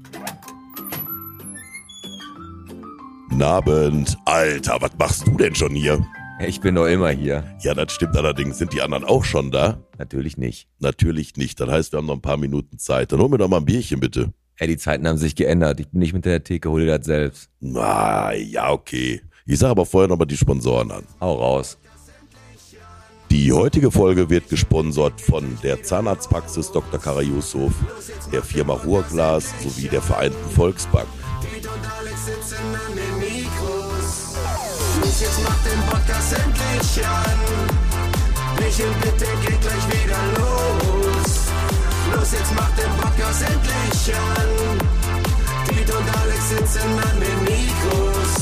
Abend. Alter, was machst du denn schon hier? Ich bin doch immer hier. Ja, das stimmt allerdings. Sind die anderen auch schon da? Natürlich nicht. Natürlich nicht. Das heißt, wir haben noch ein paar Minuten Zeit. Dann hol mir doch mal ein Bierchen, bitte. Ey, die Zeiten haben sich geändert. Ich bin nicht mit der Theke, hol dir das selbst. Na, ja, okay. Ich sage aber vorher noch mal die Sponsoren an. Hau raus. Die heutige Folge wird gesponsert von der Zahnarztpraxis Dr. Kara Yusuf, der Firma Ruhrglas sowie der Vereinten Volksbank. Jetzt macht den Podcast endlich an. Michel, bitte geht gleich wieder los. Los, jetzt macht den Podcast endlich an. Piet und Alex sitzen an den Mikros.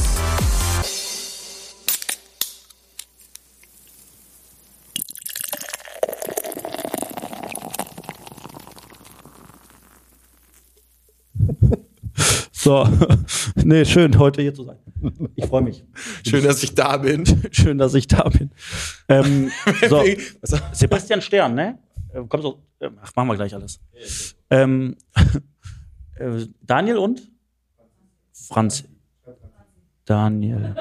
So, nee, schön, heute hier zu sein. Ich freue mich. Schön, dass ich da bin. Schön, dass ich da bin. So, Sebastian Stern, ne? Komm so, machen wir gleich alles. Daniel und? Franz. Daniel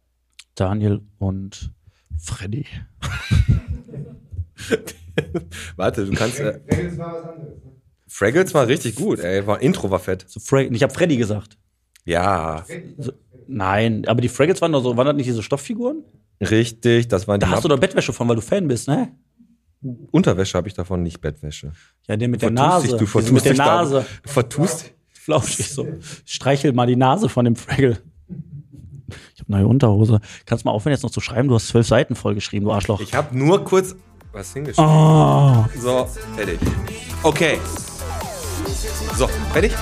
und Freddy. Warte, du kannst... Fraggles war richtig gut, ey. Intro war fett. So, ich habe Freddy gesagt. Ja. So, nein, aber die Fraggles waren doch so, waren das nicht diese Stofffiguren? Richtig, das waren die... Da hast du doch Bettwäsche von, weil du Fan bist, ne? Unterwäsche habe ich davon, nicht Bettwäsche. Ja, den mit der Nase. Du vertust mit der dich Nase. Du vertust... Flauschig so. Streichel mal die Nase von dem Fraggle. Ich habe neue Unterhose. Kannst mal aufhören, jetzt noch zu schreiben? Du hast 12 Seiten vollgeschrieben, du Arschloch. Ich habe nur kurz was hingeschrieben. Oh. So, fertig. Okay. So, fertig?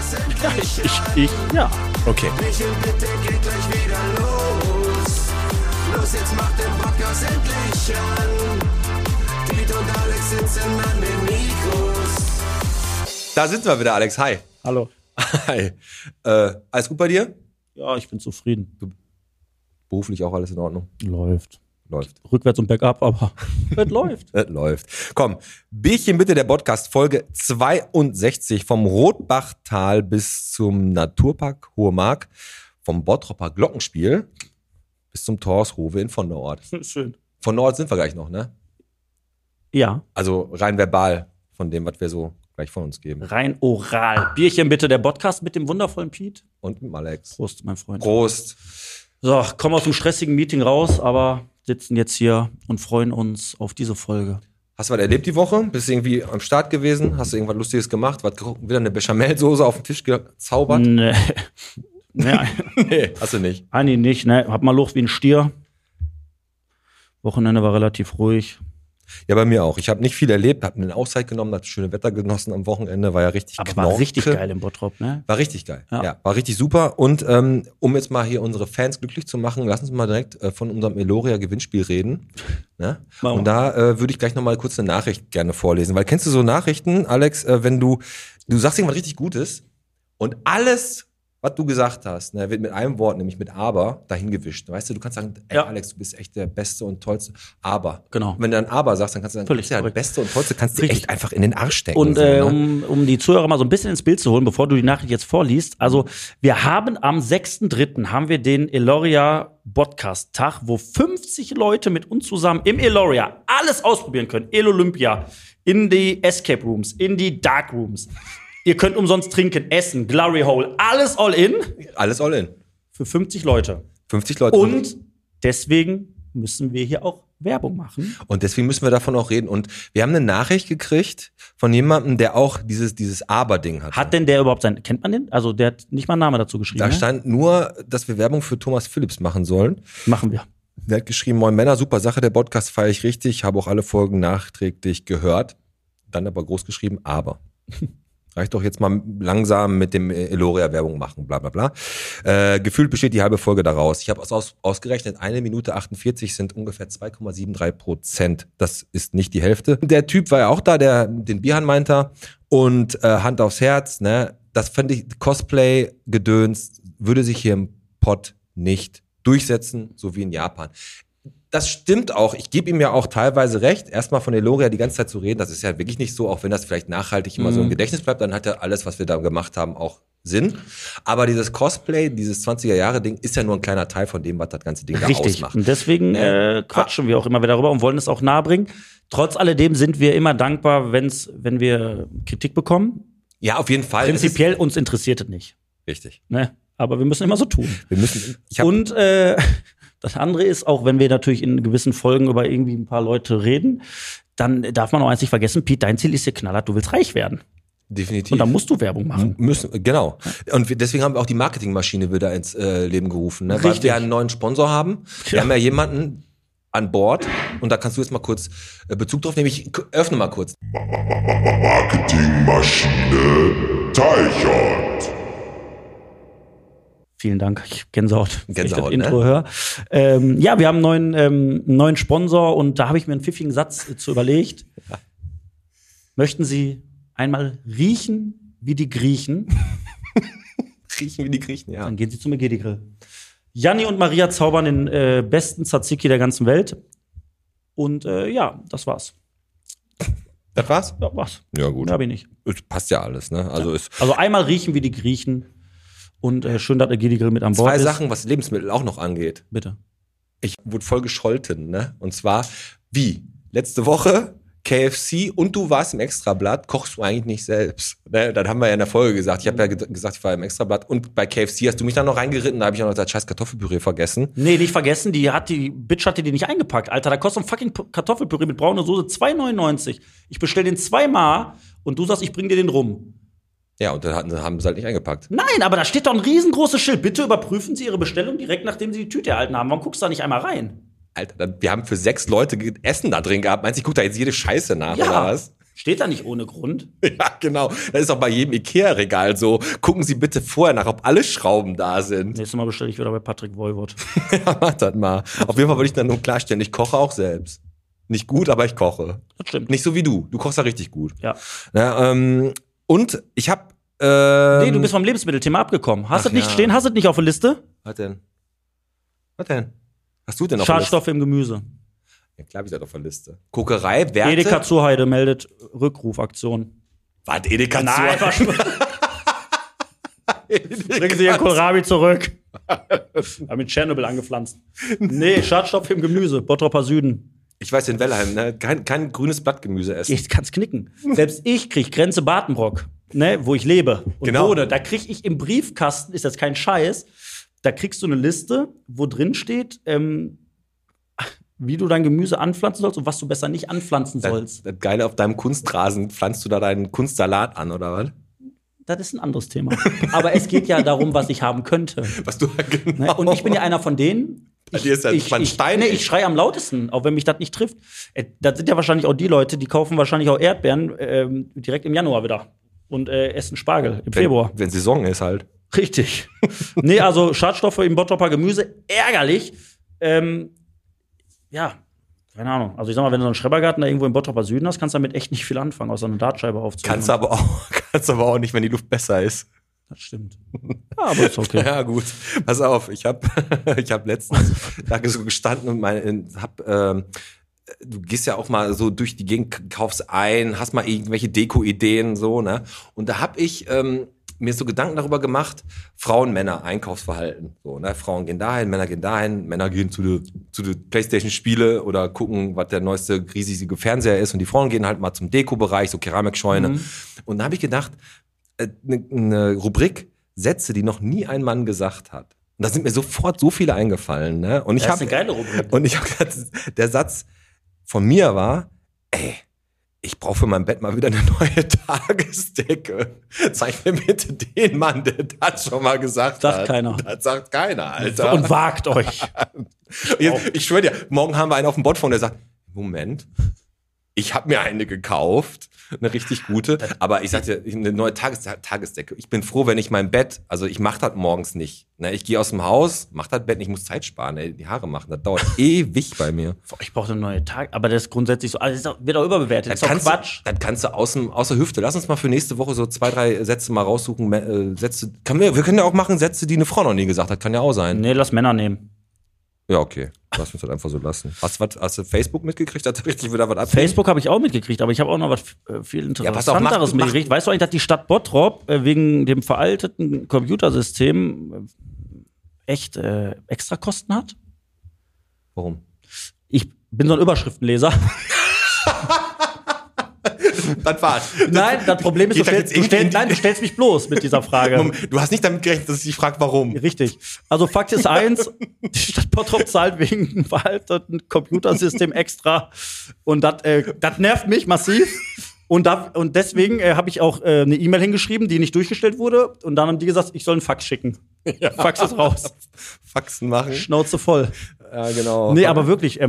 Ja. Okay. Michel, bitte geht gleich wieder los. Los, jetzt macht den Podcast endlich an. Piet und Alex sitzen an den Mikros. Da sitzen wir wieder, Alex. Hi. Hallo. Hi. Alles gut bei dir? Ja, ich bin zufrieden. Beruflich auch alles in Ordnung? Läuft. Läuft. Rückwärts und bergab, aber es läuft. Es läuft. Komm, Bierchen bitte, der Podcast, Folge 62 vom Rotbachtal bis zum Naturpark Hohe Mark, vom Bottropper Glockenspiel bis zum Torshove in von Nord. Schön. Von Nord sind wir gleich noch, ne? Ja. Also rein verbal von dem, was wir so gleich von uns geben. Rein oral. Bierchen bitte, der Podcast mit dem wundervollen Piet. Und mit Alex. Prost, mein Freund. Prost. So, kommen aus dem stressigen Meeting raus, aber sitzen jetzt hier und freuen uns auf diese Folge. Hast du was erlebt die Woche? Bist du irgendwie am Start gewesen? Hast du irgendwas Lustiges gemacht? Wieder eine Bechamelsoße auf den Tisch gezaubert? Nee. Nee, hast du nicht. Eigentlich nicht, ne? Hab mal Lucht wie ein Stier. Wochenende war relativ ruhig. Ja, bei mir auch. Ich habe nicht viel erlebt, habe eine Auszeit genommen, das schöne Wetter genossen am Wochenende, war ja richtig Aber Knorke. war richtig geil im Bottrop, ne? War richtig geil, Ja. ja, war richtig super. Und um jetzt mal hier unsere Fans glücklich zu machen, lass uns mal direkt von unserem Eloria-Gewinnspiel reden. Ne? Wow. Und da würde ich gleich nochmal kurz eine Nachricht gerne vorlesen. Weil kennst du so Nachrichten, Alex, wenn du sagst irgendwas richtig Gutes und alles, was du gesagt hast, ne, wird mit einem Wort, nämlich mit aber, dahin gewischt. Weißt du, du kannst sagen, ey Ja. Alex, du bist echt der Beste und Tollste, aber. Genau. Wenn du dann aber sagst, dann kannst du sagen, Völlig du bist ja der korrekt. Beste und Tollste, kannst du Richtig. echt einfach in den Arsch stecken. Und so, ne? um die Zuhörer mal so ein bisschen ins Bild zu holen, bevor du die Nachricht jetzt vorliest. Also wir haben am 6.3. haben wir den Eloria Podcast Tag, wo 50 Leute mit uns zusammen im Eloria alles ausprobieren können. El-Olympia, in die Escape Rooms, in die Dark Rooms. Ihr könnt umsonst trinken, essen, Glory Hole, alles all in Alles all in. für 50 Leute. 50 Leute. Und deswegen müssen wir hier auch Werbung machen. Und deswegen müssen wir davon auch reden. Und wir haben eine Nachricht gekriegt von jemandem, der auch dieses Aber-Ding hat. Hat denn der überhaupt kennt man den? Also der hat nicht mal einen Namen dazu geschrieben. Da Ne? stand nur, dass wir Werbung für Thomas Phillips machen sollen. Machen wir. Der hat geschrieben, moin Männer, super Sache, der Podcast feiere ich richtig, habe auch alle Folgen nachträglich gehört. Dann aber groß geschrieben, aber. Reicht doch jetzt mal langsam mit dem Eloria Werbung machen, bla bla bla. Gefühlt besteht die halbe Folge daraus. Ich habe ausgerechnet, 1 Minute 48 sind ungefähr 2,73%. Das ist nicht die Hälfte. Der Typ war ja auch da, der den Bierhahn meinte. Und Hand aufs Herz, ne? Das fand ich, Cosplay-Gedöns würde sich hier im Pod nicht durchsetzen, so wie in Japan. Das stimmt auch. Ich gebe ihm ja auch teilweise recht. Erstmal von Eloria die ganze Zeit zu reden, das ist ja wirklich nicht so, auch wenn das vielleicht nachhaltig immer so im Gedächtnis bleibt, dann hat er alles, was wir da gemacht haben, auch Sinn. Aber dieses Cosplay, dieses 20er-Jahre-Ding ist ja nur ein kleiner Teil von dem, was das ganze Ding da Richtig. ausmacht. Und deswegen quatschen wir auch immer wieder darüber und wollen es auch nahebringen. Trotz alledem sind wir immer dankbar, wenn wir Kritik bekommen. Ja, auf jeden Fall. Prinzipiell uns interessiert es nicht. Richtig. Ne? Aber wir müssen immer so tun. Und das andere ist, auch wenn wir natürlich in gewissen Folgen über irgendwie ein paar Leute reden, dann darf man auch eins nicht vergessen, Pete, dein Ziel ist hier knallhart, du willst reich werden. Definitiv. Und dann musst du Werbung machen. Genau. Und deswegen haben wir auch die Marketingmaschine wieder ins Leben gerufen. Ne? Richtig. Weil wir einen neuen Sponsor haben. Wir Ja. haben ja jemanden an Bord. Und da kannst du jetzt mal kurz Bezug drauf nehmen. Ich öffne mal kurz. Marketingmaschine Teichert. Vielen Dank. Ich Gänsehaut, wenn ich das Gänsehaut, Intro höre. Ja, wir haben einen neuen Sponsor und da habe ich mir einen pfiffigen Satz zu überlegt. Möchten Sie einmal riechen wie die Griechen? Riechen wie die Griechen, ja. Dann gehen Sie zum Megedi Grill. Janni und Maria zaubern den besten Tzatziki der ganzen Welt. Und ja, das war's. Das war's? Ja, war's. Ja, gut. Mehr hab ich nicht. Es passt ja alles, ne? Also ist Also einmal riechen wie die Griechen. Und schön, dass der Megedi Grill mit an Bord zwei ist. Sachen, was Lebensmittel auch noch angeht. Bitte. Ich wurde voll gescholten, ne? Und zwar, wie? Letzte Woche KFC und du warst im Extrablatt, kochst du eigentlich nicht selbst. Ne? Das haben wir ja in der Folge gesagt. Ich habe ja gesagt, ich war im Extrablatt und bei KFC hast du mich dann noch reingeritten, da habe ich auch noch das scheiß Kartoffelpüree vergessen. Nee, nicht vergessen, die Bitch hatte die nicht eingepackt. Alter, da kostet ein fucking Kartoffelpüree mit brauner Soße 2,99. Ich bestell den zweimal und du sagst, ich bring dir den rum. Ja, und dann haben sie halt nicht eingepackt. Nein, aber da steht doch ein riesengroßes Schild. Bitte überprüfen Sie Ihre Bestellung direkt, nachdem Sie die Tüte erhalten haben. Warum guckst du da nicht einmal rein? Alter, wir haben für 6 Leute Essen da drin gehabt. Meinst du, ich guck da jetzt jede Scheiße nach, oder was? Steht da nicht ohne Grund. Ja, genau. Das ist auch bei jedem Ikea-Regal so. Gucken Sie bitte vorher nach, ob alle Schrauben da sind. Nächstes Mal bestelle ich wieder bei Patrick Woiwod. Ja, mach das mal. Auf jeden Fall wollte ich dann nur klarstellen, ich koche auch selbst. Nicht gut, aber ich koche. Das stimmt. Nicht so wie du. Du kochst ja richtig gut. Ja. Na, und ich hab Nee, du bist vom Lebensmittelthema abgekommen. Hast du Ach nicht ja. stehen? Hast du nicht auf der Liste? Was denn? Hast du denn auf Schadstoffe im Gemüse. der Liste? Ja, klar, hab ich das auf der Liste. Kokerei, Werte. Edeka Zuheide meldet Rückrufaktion. Was, Edeka Nein, zu? Bringen Sie Ihren Kohlrabi zurück. Haben in Tschernobyl angepflanzt. Nee, Schadstoffe im Gemüse. Bottroper Süden. Ich weiß, in Wellheim, ne? Kein grünes Blattgemüse essen. Ich kann's knicken. Selbst ich krieg Grenze Badenbrock, ne, wo ich lebe und Genau. wohne. Da krieg ich im Briefkasten, ist das kein Scheiß, da kriegst du eine Liste, wo drin steht, wie du dein Gemüse anpflanzen sollst und was du besser nicht anpflanzen sollst. Das Geile, auf deinem Kunstrasen pflanzt du da deinen Kunstsalat an, oder was? Das ist ein anderes Thema. Aber es geht ja darum, was ich haben könnte. Was du genau. Ne? Und ich bin ja einer von denen. Bei dir ist ja ein Stein. Ich schreie am lautesten, auch wenn mich das nicht trifft. Das sind ja wahrscheinlich auch die Leute, die kaufen wahrscheinlich auch Erdbeeren direkt im Januar wieder und essen Spargel im Februar. Wenn Saison ist halt. Richtig. Nee, also Schadstoffe im Bottroper Gemüse, ärgerlich. Ja, keine Ahnung. Also ich sag mal, wenn du so einen Schrebergarten da irgendwo im Bottroper Süden hast, kannst du damit echt nicht viel anfangen, außer eine Dartscheibe aufzunehmen. Kannst aber auch nicht, wenn die Luft besser ist. Das stimmt. Ja, aber ist okay. Ja, gut. Pass auf, ich hab letztens da so gestanden und du gehst ja auch mal so durch die Gegend, kaufst ein, hast mal irgendwelche Deko-Ideen, so, ne? Und da hab ich mir so Gedanken darüber gemacht, Frauen, Männer, Einkaufsverhalten. So, ne? Frauen gehen dahin, Männer gehen zu den Playstation-Spiele oder gucken, was der neueste riesige Fernseher ist. Und die Frauen gehen halt mal zum Deko-Bereich, so Keramikscheune. Und da habe ich gedacht, eine Rubrik Sätze, die noch nie ein Mann gesagt hat. Und da sind mir sofort so viele eingefallen. Ne? Und Das ist eine geile Rubrik. Und ich habe gedacht, der Satz von mir war, ich brauche für mein Bett mal wieder eine neue Tagesdecke. Zeig mir bitte den Mann, der das schon mal gesagt hat. Sagt keiner. Das sagt keiner, Alter. Und wagt euch. Ich schwöre dir, morgen haben wir einen auf dem Botphone, der sagt, Moment, ich habe mir eine gekauft, eine richtig gute, aber ich sag dir, eine neue Tagesdecke. Ich bin froh, wenn ich mein Bett, also ich mache das morgens nicht. Ne, ich gehe aus dem Haus, mach das Bett, ich muss Zeit sparen, die Haare machen, das dauert ewig bei mir. Ich brauche eine neue Tag, aber das ist grundsätzlich so, also wird auch überbewertet. Das ist doch Quatsch. Das kannst du aus der Hüfte. Lass uns mal für nächste Woche so 2, 3 Sätze mal raussuchen. Sätze, wir können ja auch machen Sätze, die eine Frau noch nie gesagt hat, kann ja auch sein. Nee, lass Männer nehmen. Ja, okay. Lass uns das einfach so lassen. Hast du Facebook mitgekriegt? Hat richtig wieder was ab? Facebook habe ich auch mitgekriegt, aber ich habe auch noch was viel Interessanteres mitgekriegt. Weißt du eigentlich, dass die Stadt Bottrop wegen dem veralteten Computersystem echt extra Kosten hat? Warum? Ich bin so ein Überschriftenleser. Das war's. Nein, das Problem ist, du stellst mich bloß mit dieser Frage. Du hast nicht damit gerechnet, dass ich dich frage, warum. Richtig. Also Fakt ist eins, die Stadt Bottrop zahlt wegen einem veralteten Computersystem extra. Und das nervt mich massiv. Und deswegen habe ich auch eine E-Mail hingeschrieben, die nicht durchgestellt wurde. Und dann haben die gesagt, ich soll einen Fax schicken. Ja. Fax ist raus. Faxen machen. Schnauze voll. Ja, genau. Nee, aber wirklich,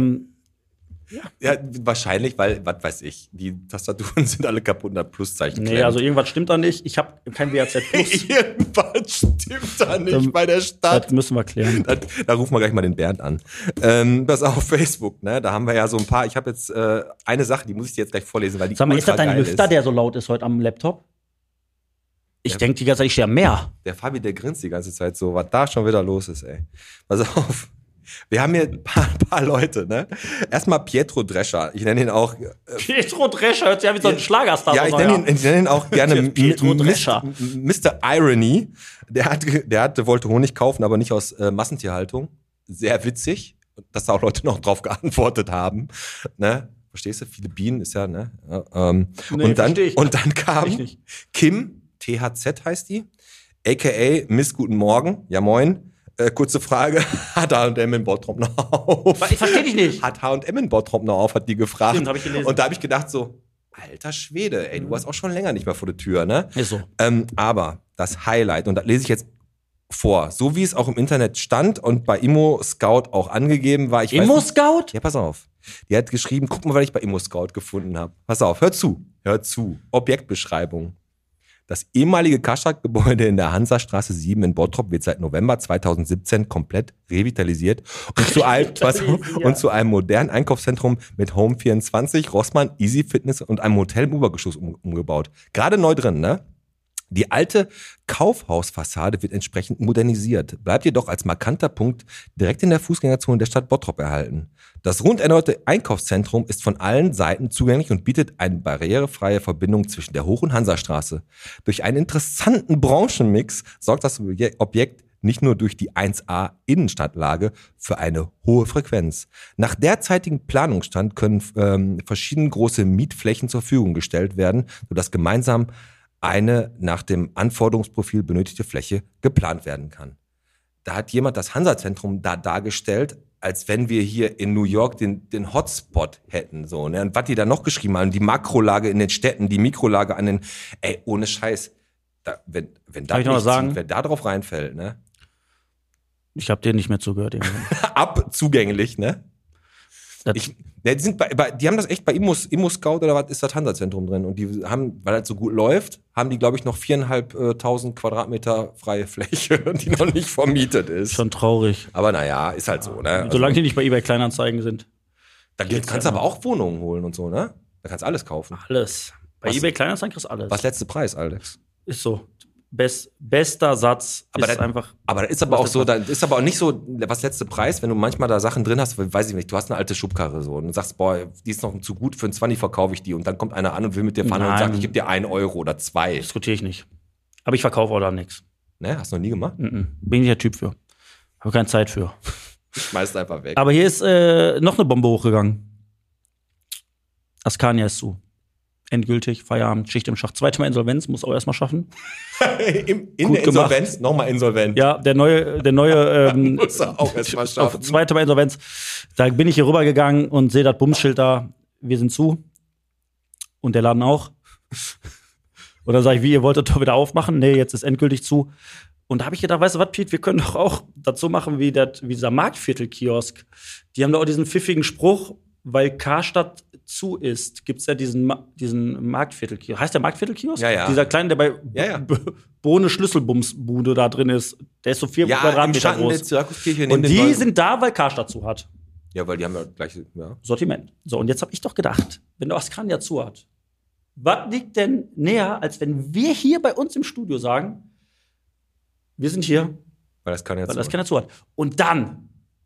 ja, wahrscheinlich, weil, was weiß ich, die Tastaturen sind alle kaputt und da Pluszeichen. Nee, also irgendwas stimmt da nicht. Ich habe kein WAZ Plus. Irgendwas stimmt da nicht bei der Stadt. Das müssen wir klären. Da rufen wir gleich mal den Bernd an. Das auf Facebook, ne? Da haben wir ja so ein paar. Ich habe jetzt eine Sache, die muss ich dir jetzt gleich vorlesen, weil die Sag mal, ist das dein Lüfter, der so laut ist heute am Laptop? Ich denke die ganze Zeit, ich stehe am Meer. Der Fabi, der grinst die ganze Zeit so, was da schon wieder los ist, ey. Pass auf. Wir haben hier ein paar Leute, ne? Erstmal Pietro Drescher. Ich nenne ihn auch. Pietro Drescher hört sich ja wie so ein Schlagerstar. Ja, ich nenne ihn auch gerne Pietro Drescher. Mr. Irony. Der wollte Honig kaufen, aber nicht aus Massentierhaltung. Sehr witzig, dass da auch Leute noch drauf geantwortet haben. Ne? Verstehst du? Viele Bienen ist ja, ne? Nee, und dann kam Kim, THZ heißt die, a.k.a. Miss Guten Morgen. Ja, moin. Kurze Frage, hat H&M in Bottrop noch auf? Ich verstehe dich nicht. Hat H&M in Bottrop noch auf, hat die gefragt. Stimmt, hab ich gelesen. Und da habe ich gedacht so, alter Schwede, ey, du warst auch schon länger nicht mehr vor der Tür, ne? Ist so. Aber das Highlight, und das lese ich jetzt vor, so wie es auch im Internet stand und bei Immo Scout auch angegeben war. Immo Scout? Ja, pass auf. Die hat geschrieben, guck mal, was ich bei Immo Scout gefunden habe. Pass auf, hör zu. Objektbeschreibung. Das ehemalige Kaschak-Gebäude in der Hansastraße 7 in Bottrop wird seit November 2017 komplett revitalisiert und zu einem modernen Einkaufszentrum mit Home 24, Rossmann, Easy Fitness und einem Hotel im Obergeschoss umgebaut. Gerade neu drin, ne? Die alte Kaufhausfassade wird entsprechend modernisiert, bleibt jedoch als markanter Punkt direkt in der Fußgängerzone der Stadt Bottrop erhalten. Das rund erneuerte Einkaufszentrum ist von allen Seiten zugänglich und bietet eine barrierefreie Verbindung zwischen der Hoch- und Hansastraße. Durch einen interessanten Branchenmix sorgt das Objekt nicht nur durch die 1A Innenstadtlage für eine hohe Frequenz. Nach derzeitigem Planungsstand können verschiedene große Mietflächen zur Verfügung gestellt werden, sodass gemeinsam eine nach dem Anforderungsprofil benötigte Fläche geplant werden kann. Da hat jemand das Hansa-Zentrum da dargestellt, als wenn wir hier in New York den Hotspot hätten. So, ne? Und was die da noch geschrieben haben, die Makrolage in den Städten, die Mikrolage an den, ohne Scheiß, wenn da ich noch was sagen? Wer da drauf reinfällt, ne? Ich habe dir nicht mehr zugehört. Zugänglich, ne? Die haben das echt bei Immo Scout oder was ist das Hansa-Zentrum drin und die haben, weil das so gut läuft, haben die glaube ich noch 4.500 Quadratmeter freie Fläche, die noch nicht vermietet ist. Schon traurig. Aber naja, ist halt so, ne? Solange die nicht bei eBay Kleinanzeigen sind. Da kannst du aber auch Wohnungen holen und so, ne? Da kannst du alles kaufen. Alles. Bei eBay Kleinanzeigen kriegst du alles. Was letzte Preis, Alex? Ist so. Bester Satz aber ist das, einfach. Aber das ist aber auch so, da ist aber auch nicht so, was letzte Preis, wenn du manchmal da Sachen drin hast, weiß ich nicht, du hast eine alte Schubkarre so und du sagst, boah, die ist noch zu gut, für einen 20 verkaufe ich die und dann kommt einer an und will mit dir fahren und sagt, ich gebe dir 1 Euro oder 2. Diskutiere ich nicht. Aber ich verkaufe auch da nichts. Ne, hast du noch nie gemacht? Bin ich der Typ für. Habe keine Zeit für. Schmeißt einfach weg. Aber hier ist noch eine Bombe hochgegangen. Askania ist zu. Endgültig, Feierabend, Schicht im Schacht. Zweite Mal Insolvenz, muss auch erstmal schaffen. in der Insolvenz, nochmal insolvent. Ja, der neue muss er auch erstmal schaffen. Zweite Mal Insolvenz. Da bin ich hier rübergegangen und sehe das Bumsschild da, wir sind zu. Und der Laden auch. Und dann sage ich, wie, ihr wolltet doch wieder aufmachen? Nee, jetzt ist endgültig zu. Und da habe ich gedacht, weißt du was, Piet, wir können doch auch dazu machen wie dieser Marktviertel-Kiosk. Die haben da auch diesen pfiffigen Spruch, weil Karstadt zu ist, gibt's ja diesen Marktviertel-Kiosk. Heißt der Marktviertel-Kiosk? Ja. Dieser kleine, der bei Bohne Schlüsselbumsbude da drin ist. Der ist so 4 Quadratmeter groß. Und die sind da, weil Karstadt zu hat. Ja, weil die haben ja gleiche Sortiment. So, und jetzt habe ich doch gedacht, wenn der Askania zu hat, was liegt denn näher, als wenn wir hier bei uns im Studio sagen, wir sind hier, weil das Askania zu hat. Und dann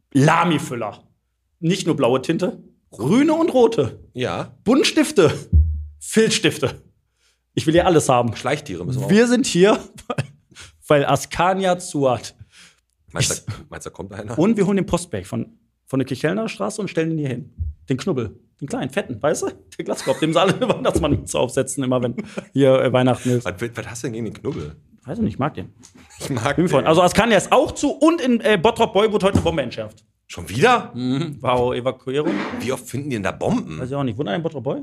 Lami-Füller. Nicht nur blaue Tinte, grüne und rote. Ja. Buntstifte, Filzstifte. Ich will hier alles haben. Schleichtiere müssen wir auch. Wir sind hier, weil Askania zu hat. Meinst du, da kommt einer? Und wir holen den Postberg von der Kirchhellner Straße und stellen ihn hier hin. Den Knubbel. Den kleinen, fetten, weißt du? Der Glatzkopf, dem sie alle Weihnachtsmann-Mütze aufsetzen, immer wenn hier Weihnachten ist. Was hast du denn gegen den Knubbel? Weiß ich nicht, ich mag den. Ich mag den. Also Askania ist auch zu und in Bottrop Boy wurde heute eine Bombe entschärft. Schon wieder? Wow, Evakuierung. Wie oft finden die denn da Bomben? Weiß ich auch nicht. Wohnt einer in Bottrop Boy?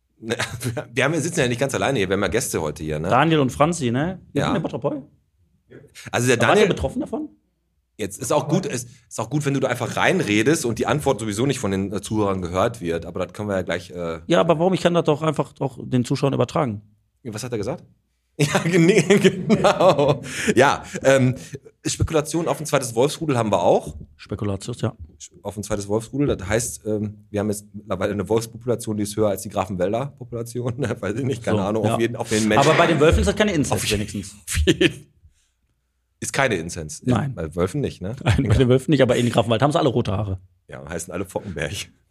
Wir sitzen ja nicht ganz alleine hier, wir haben ja Gäste heute hier, ne? Daniel und Franzi, ne? Ja. In Bottrop Boy? Also der Wart Daniel ihr betroffen davon? Jetzt ist auch gut, wenn du da einfach reinredest und die Antwort sowieso nicht von den Zuhörern gehört wird, aber das können wir ja gleich. Ja, aber warum? Ich kann das doch einfach den Zuschauern übertragen. Was hat er gesagt? Ja, genau. Ja, Spekulation auf ein zweites Wolfsrudel haben wir auch. Spekulatius, ja. Auf ein zweites Wolfsrudel, das heißt, wir haben jetzt mittlerweile eine Wolfspopulation, die ist höher als die Grafenwälder-Population. Weiß ich nicht, keine Ahnung, ja. auf jeden Menschen. Aber bei den Wölfen ist das keine Inzest wenigstens. Ist keine Inzens. Nein. Bei Wölfen nicht, ne? Nein, bei den Wölfen nicht, aber in Grafenwald haben sie alle rote Haare. Ja, heißen alle Fockenberg.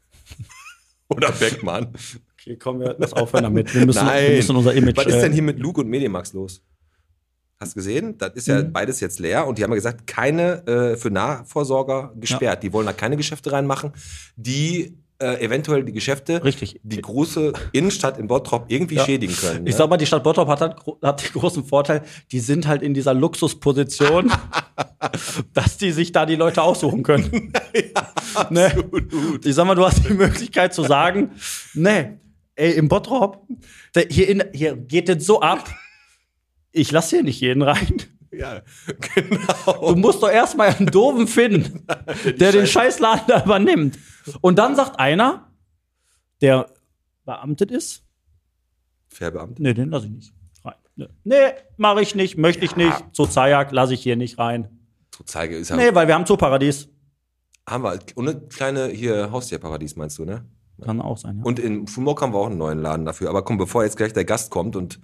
Oder Beckmann. Okay, komm, wir müssen aufhören damit. Wir müssen unser Image. Was ist denn hier mit Luke und Medimax los? Hast du gesehen? Das ist ja beides jetzt leer und die haben ja gesagt, keine für Nahversorger gesperrt. Ja. Die wollen da keine Geschäfte reinmachen, die eventuell die Geschäfte, die große Innenstadt in Bottrop irgendwie schädigen können. Ich sag mal, die Stadt Bottrop hat den großen Vorteil, die sind halt in dieser Luxusposition, dass die sich da die Leute aussuchen können. Ja, absolut. Ich sag mal, du hast die Möglichkeit zu sagen, nee, ey, im Bottrop, hier geht das so ab, ich lasse hier nicht jeden rein. Ja, genau. Du musst doch erstmal einen Doofen finden, der den Scheißladen da übernimmt. Und dann sagt einer, der beamtet ist, Verbeamtet? Nee, den lasse ich nicht rein. Nee, mache ich nicht, möchte ich nicht. Zoo Zayak lasse ich hier nicht rein. Zoo Zayak ist ja. Nee, weil wir haben Zooparadies. Haben wir. Und eine kleine hier Haustierparadies, meinst du, ne? Kann auch sein, ja. Und in Fulmok haben wir auch einen neuen Laden dafür. Aber komm, bevor jetzt gleich der Gast kommt und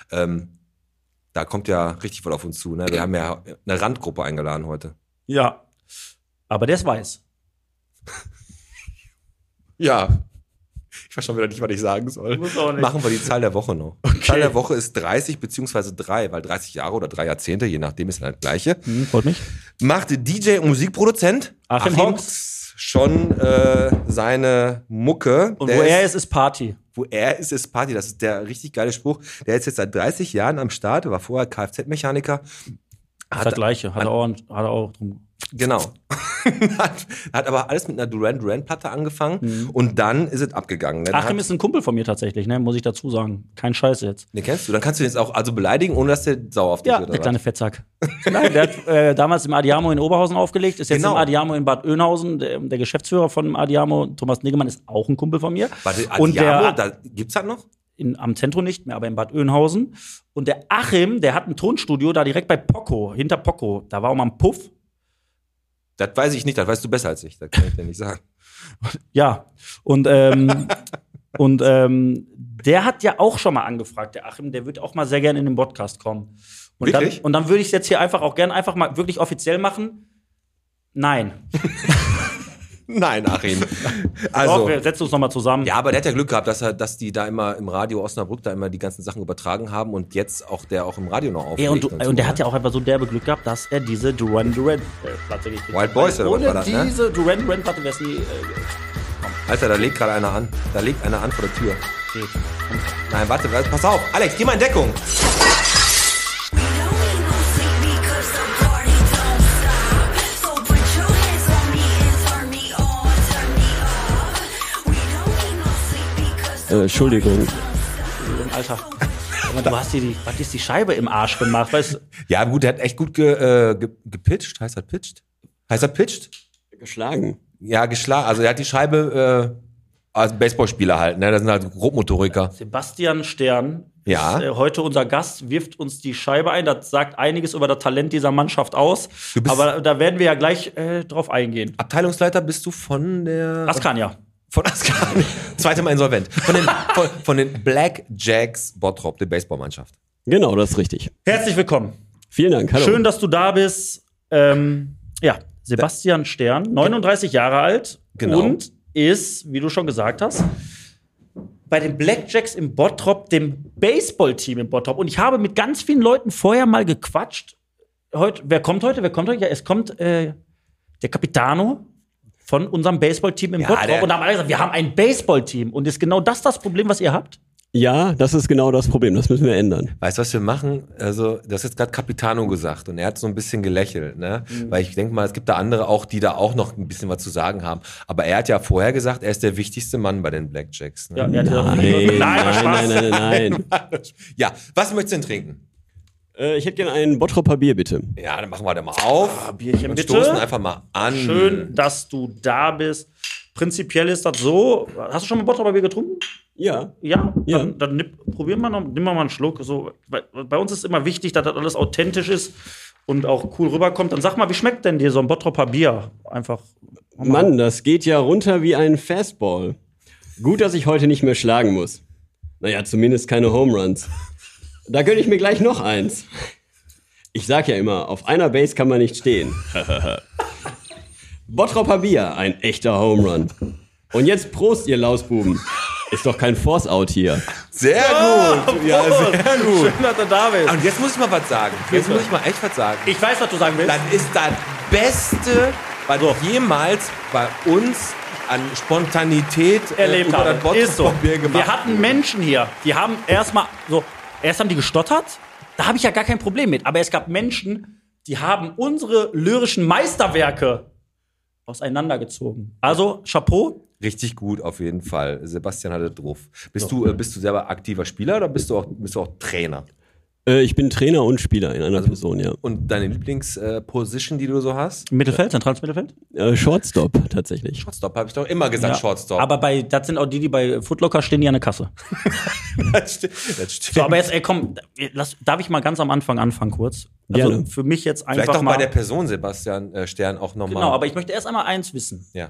da kommt ja richtig was auf uns zu, ne? Wir haben ja eine Randgruppe eingeladen heute. Ja. Aber der ist weiß. Ja. Ich weiß schon wieder nicht, was ich sagen soll. Muss auch nicht. Machen wir die Zahl der Woche noch. Okay. Die Zahl der Woche ist 30 bzw. 3, weil 30 Jahre oder 3 Jahrzehnte, je nachdem ist das gleiche. Freut mich. Macht DJ und Musikproduzent Achim Hox schon seine Mucke. Und wo er ist Party. Wo er ist Party. Das ist der richtig geile Spruch. Der ist jetzt seit 30 Jahren am Start, war vorher Kfz-Mechaniker. Das gleiche, hat er auch drum. Genau. hat aber alles mit einer Duran Duran-Platte angefangen und dann ist es abgegangen. Ne? Achim ist ein Kumpel von mir tatsächlich, ne? Muss ich dazu sagen. Kein Scheiß jetzt. Den kennst du? Dann kannst du ihn jetzt auch also beleidigen, ohne dass der sauer auf dich wird. Ja, der kleine Fettsack. Nein, der hat damals im Adiamo in Oberhausen aufgelegt, ist jetzt im Adiamo in Bad Oeynhausen. Der Geschäftsführer von Adiamo, Thomas Niggemann, ist auch ein Kumpel von mir. Warte, Adiamo, da gibt's das noch? Am Zentrum nicht mehr, aber in Bad Oeynhausen. Und der Achim, der hat ein Tonstudio da direkt bei Poco, hinter Poco. Da war auch mal ein Puff. Das weiß ich nicht, das weißt du besser als ich. Das kann ich dir nicht sagen. Ja, und der hat ja auch schon mal angefragt, der Achim, der wird auch mal sehr gerne in den Podcast kommen. Und wirklich? Dann würde ich es jetzt hier einfach mal wirklich offiziell machen. Nein. Nein, Achim. Also, doch, wir setzen uns nochmal zusammen. Ja, aber der hat ja Glück gehabt, dass die da immer im Radio Osnabrück da immer die ganzen Sachen übertragen haben und jetzt auch der auch im Radio noch auflegt. Ja, und der hat ja auch einfach so derbe Glück gehabt, dass er diese Duran Duran Platte gekriegt hat. Wild Boys oder was war das, ne? Diese Duran Duran Platte wäre es nie Alter, da legt gerade einer an. Da legt einer an vor der Tür. Okay. Nein, warte, pass auf. Alex, geh mal in Deckung. Entschuldigung. Alter. Du hast die Scheibe im Arsch gemacht, weißt du? Ja, gut, der hat echt gut gepitcht. Heißt das pitcht? Heißt das pitcht? Geschlagen. Ja, geschlagen. Also er hat die Scheibe als Baseballspieler halt, ne? Das sind halt Grobmotoriker. Sebastian Stern ist heute unser Gast, wirft uns die Scheibe ein. Das sagt einiges über das Talent dieser Mannschaft aus. Aber da werden wir ja gleich drauf eingehen. Abteilungsleiter bist du von der Askania. Von Askania. Zweite Mal insolvent. Von den Black Jacks Bottrop, der Baseballmannschaft. Genau, das ist richtig. Herzlich willkommen. Vielen Dank, hallo. Schön, dass du da bist. Ja, Sebastian Stern, 39 Jahre alt Genau. und ist, wie du schon gesagt hast, bei den Blackjacks im Bottrop, dem Baseballteam im Bottrop. Und ich habe mit ganz vielen Leuten vorher mal gequatscht. Wer kommt heute? Ja, es kommt der Capitano von unserem Baseballteam im Bottrop. Und da haben alle gesagt, wir haben ein Baseballteam. Und ist genau das Problem, was ihr habt? Ja, das ist genau das Problem. Das müssen wir ändern. Weißt du, was wir machen? Also, du hast jetzt gerade Capitano gesagt und er hat so ein bisschen gelächelt, ne? Weil ich denke mal, es gibt da andere auch, die da auch noch ein bisschen was zu sagen haben. Aber er hat ja vorher gesagt, er ist der wichtigste Mann bei den Blackjacks. Ne? Ja, er hat Nein. Ja, was möchtest du denn trinken? Ich hätte gerne ein Bottropper Bier, bitte. Ja, dann machen wir da mal auf. Bierchen und bitte. stoßen einfach mal an. Schön, dass du da bist. Prinzipiell ist das so. Hast du schon mal Bottroper Bier getrunken? Ja. Ja? Ja. Dann probieren wir noch. Nimm mal einen Schluck. So, bei uns ist immer wichtig, dass das alles authentisch ist und auch cool rüberkommt. Dann sag mal, wie schmeckt denn dir so ein Bottroper Bier? Einfach. Mann, das geht ja runter wie ein Fastball. Gut, dass ich heute nicht mehr schlagen muss. Naja, zumindest keine Home Runs. Da gönne ich mir gleich noch eins. Ich sag ja immer, auf einer Base kann man nicht stehen. Bottropper Bier, ein echter Home Run. Und jetzt Prost, ihr Lausbuben. Ist doch kein Force-Out hier. Sehr gut. Ja, sehr gut. Schön, dass du da bist. Und jetzt muss ich mal was sagen. Jetzt muss ich mal echt was sagen. Ich weiß, was du sagen willst. Das ist das Beste, was jemals bei uns an Spontanität Erlebt über das habe. Ist so. Bottrop-Bier gemacht. Wir hatten Menschen hier, die haben erst haben die gestottert. Da habe ich ja gar kein Problem mit. Aber es gab Menschen, die haben unsere lyrischen Meisterwerke auseinandergezogen. Also, Chapeau. Richtig gut, auf jeden Fall. Sebastian hatte drauf. Bist du selber aktiver Spieler oder bist du auch Trainer? Ich bin Trainer und Spieler in einer Person, ja. Und deine Lieblingsposition, die du so hast? Mittelfeld, zentrales Mittelfeld? Shortstop, tatsächlich. Shortstop, habe ich doch immer gesagt, Shortstop. Aber das sind auch die bei Footlocker stehen, die an der Kasse. Das stimmt. So, aber jetzt, komm, darf ich mal ganz am Anfang anfangen kurz? Also Gerne. für mich jetzt einfach Vielleicht auch mal. bei der Person Sebastian Stern auch nochmal. Genau, aber ich möchte erst einmal eins wissen. Ja.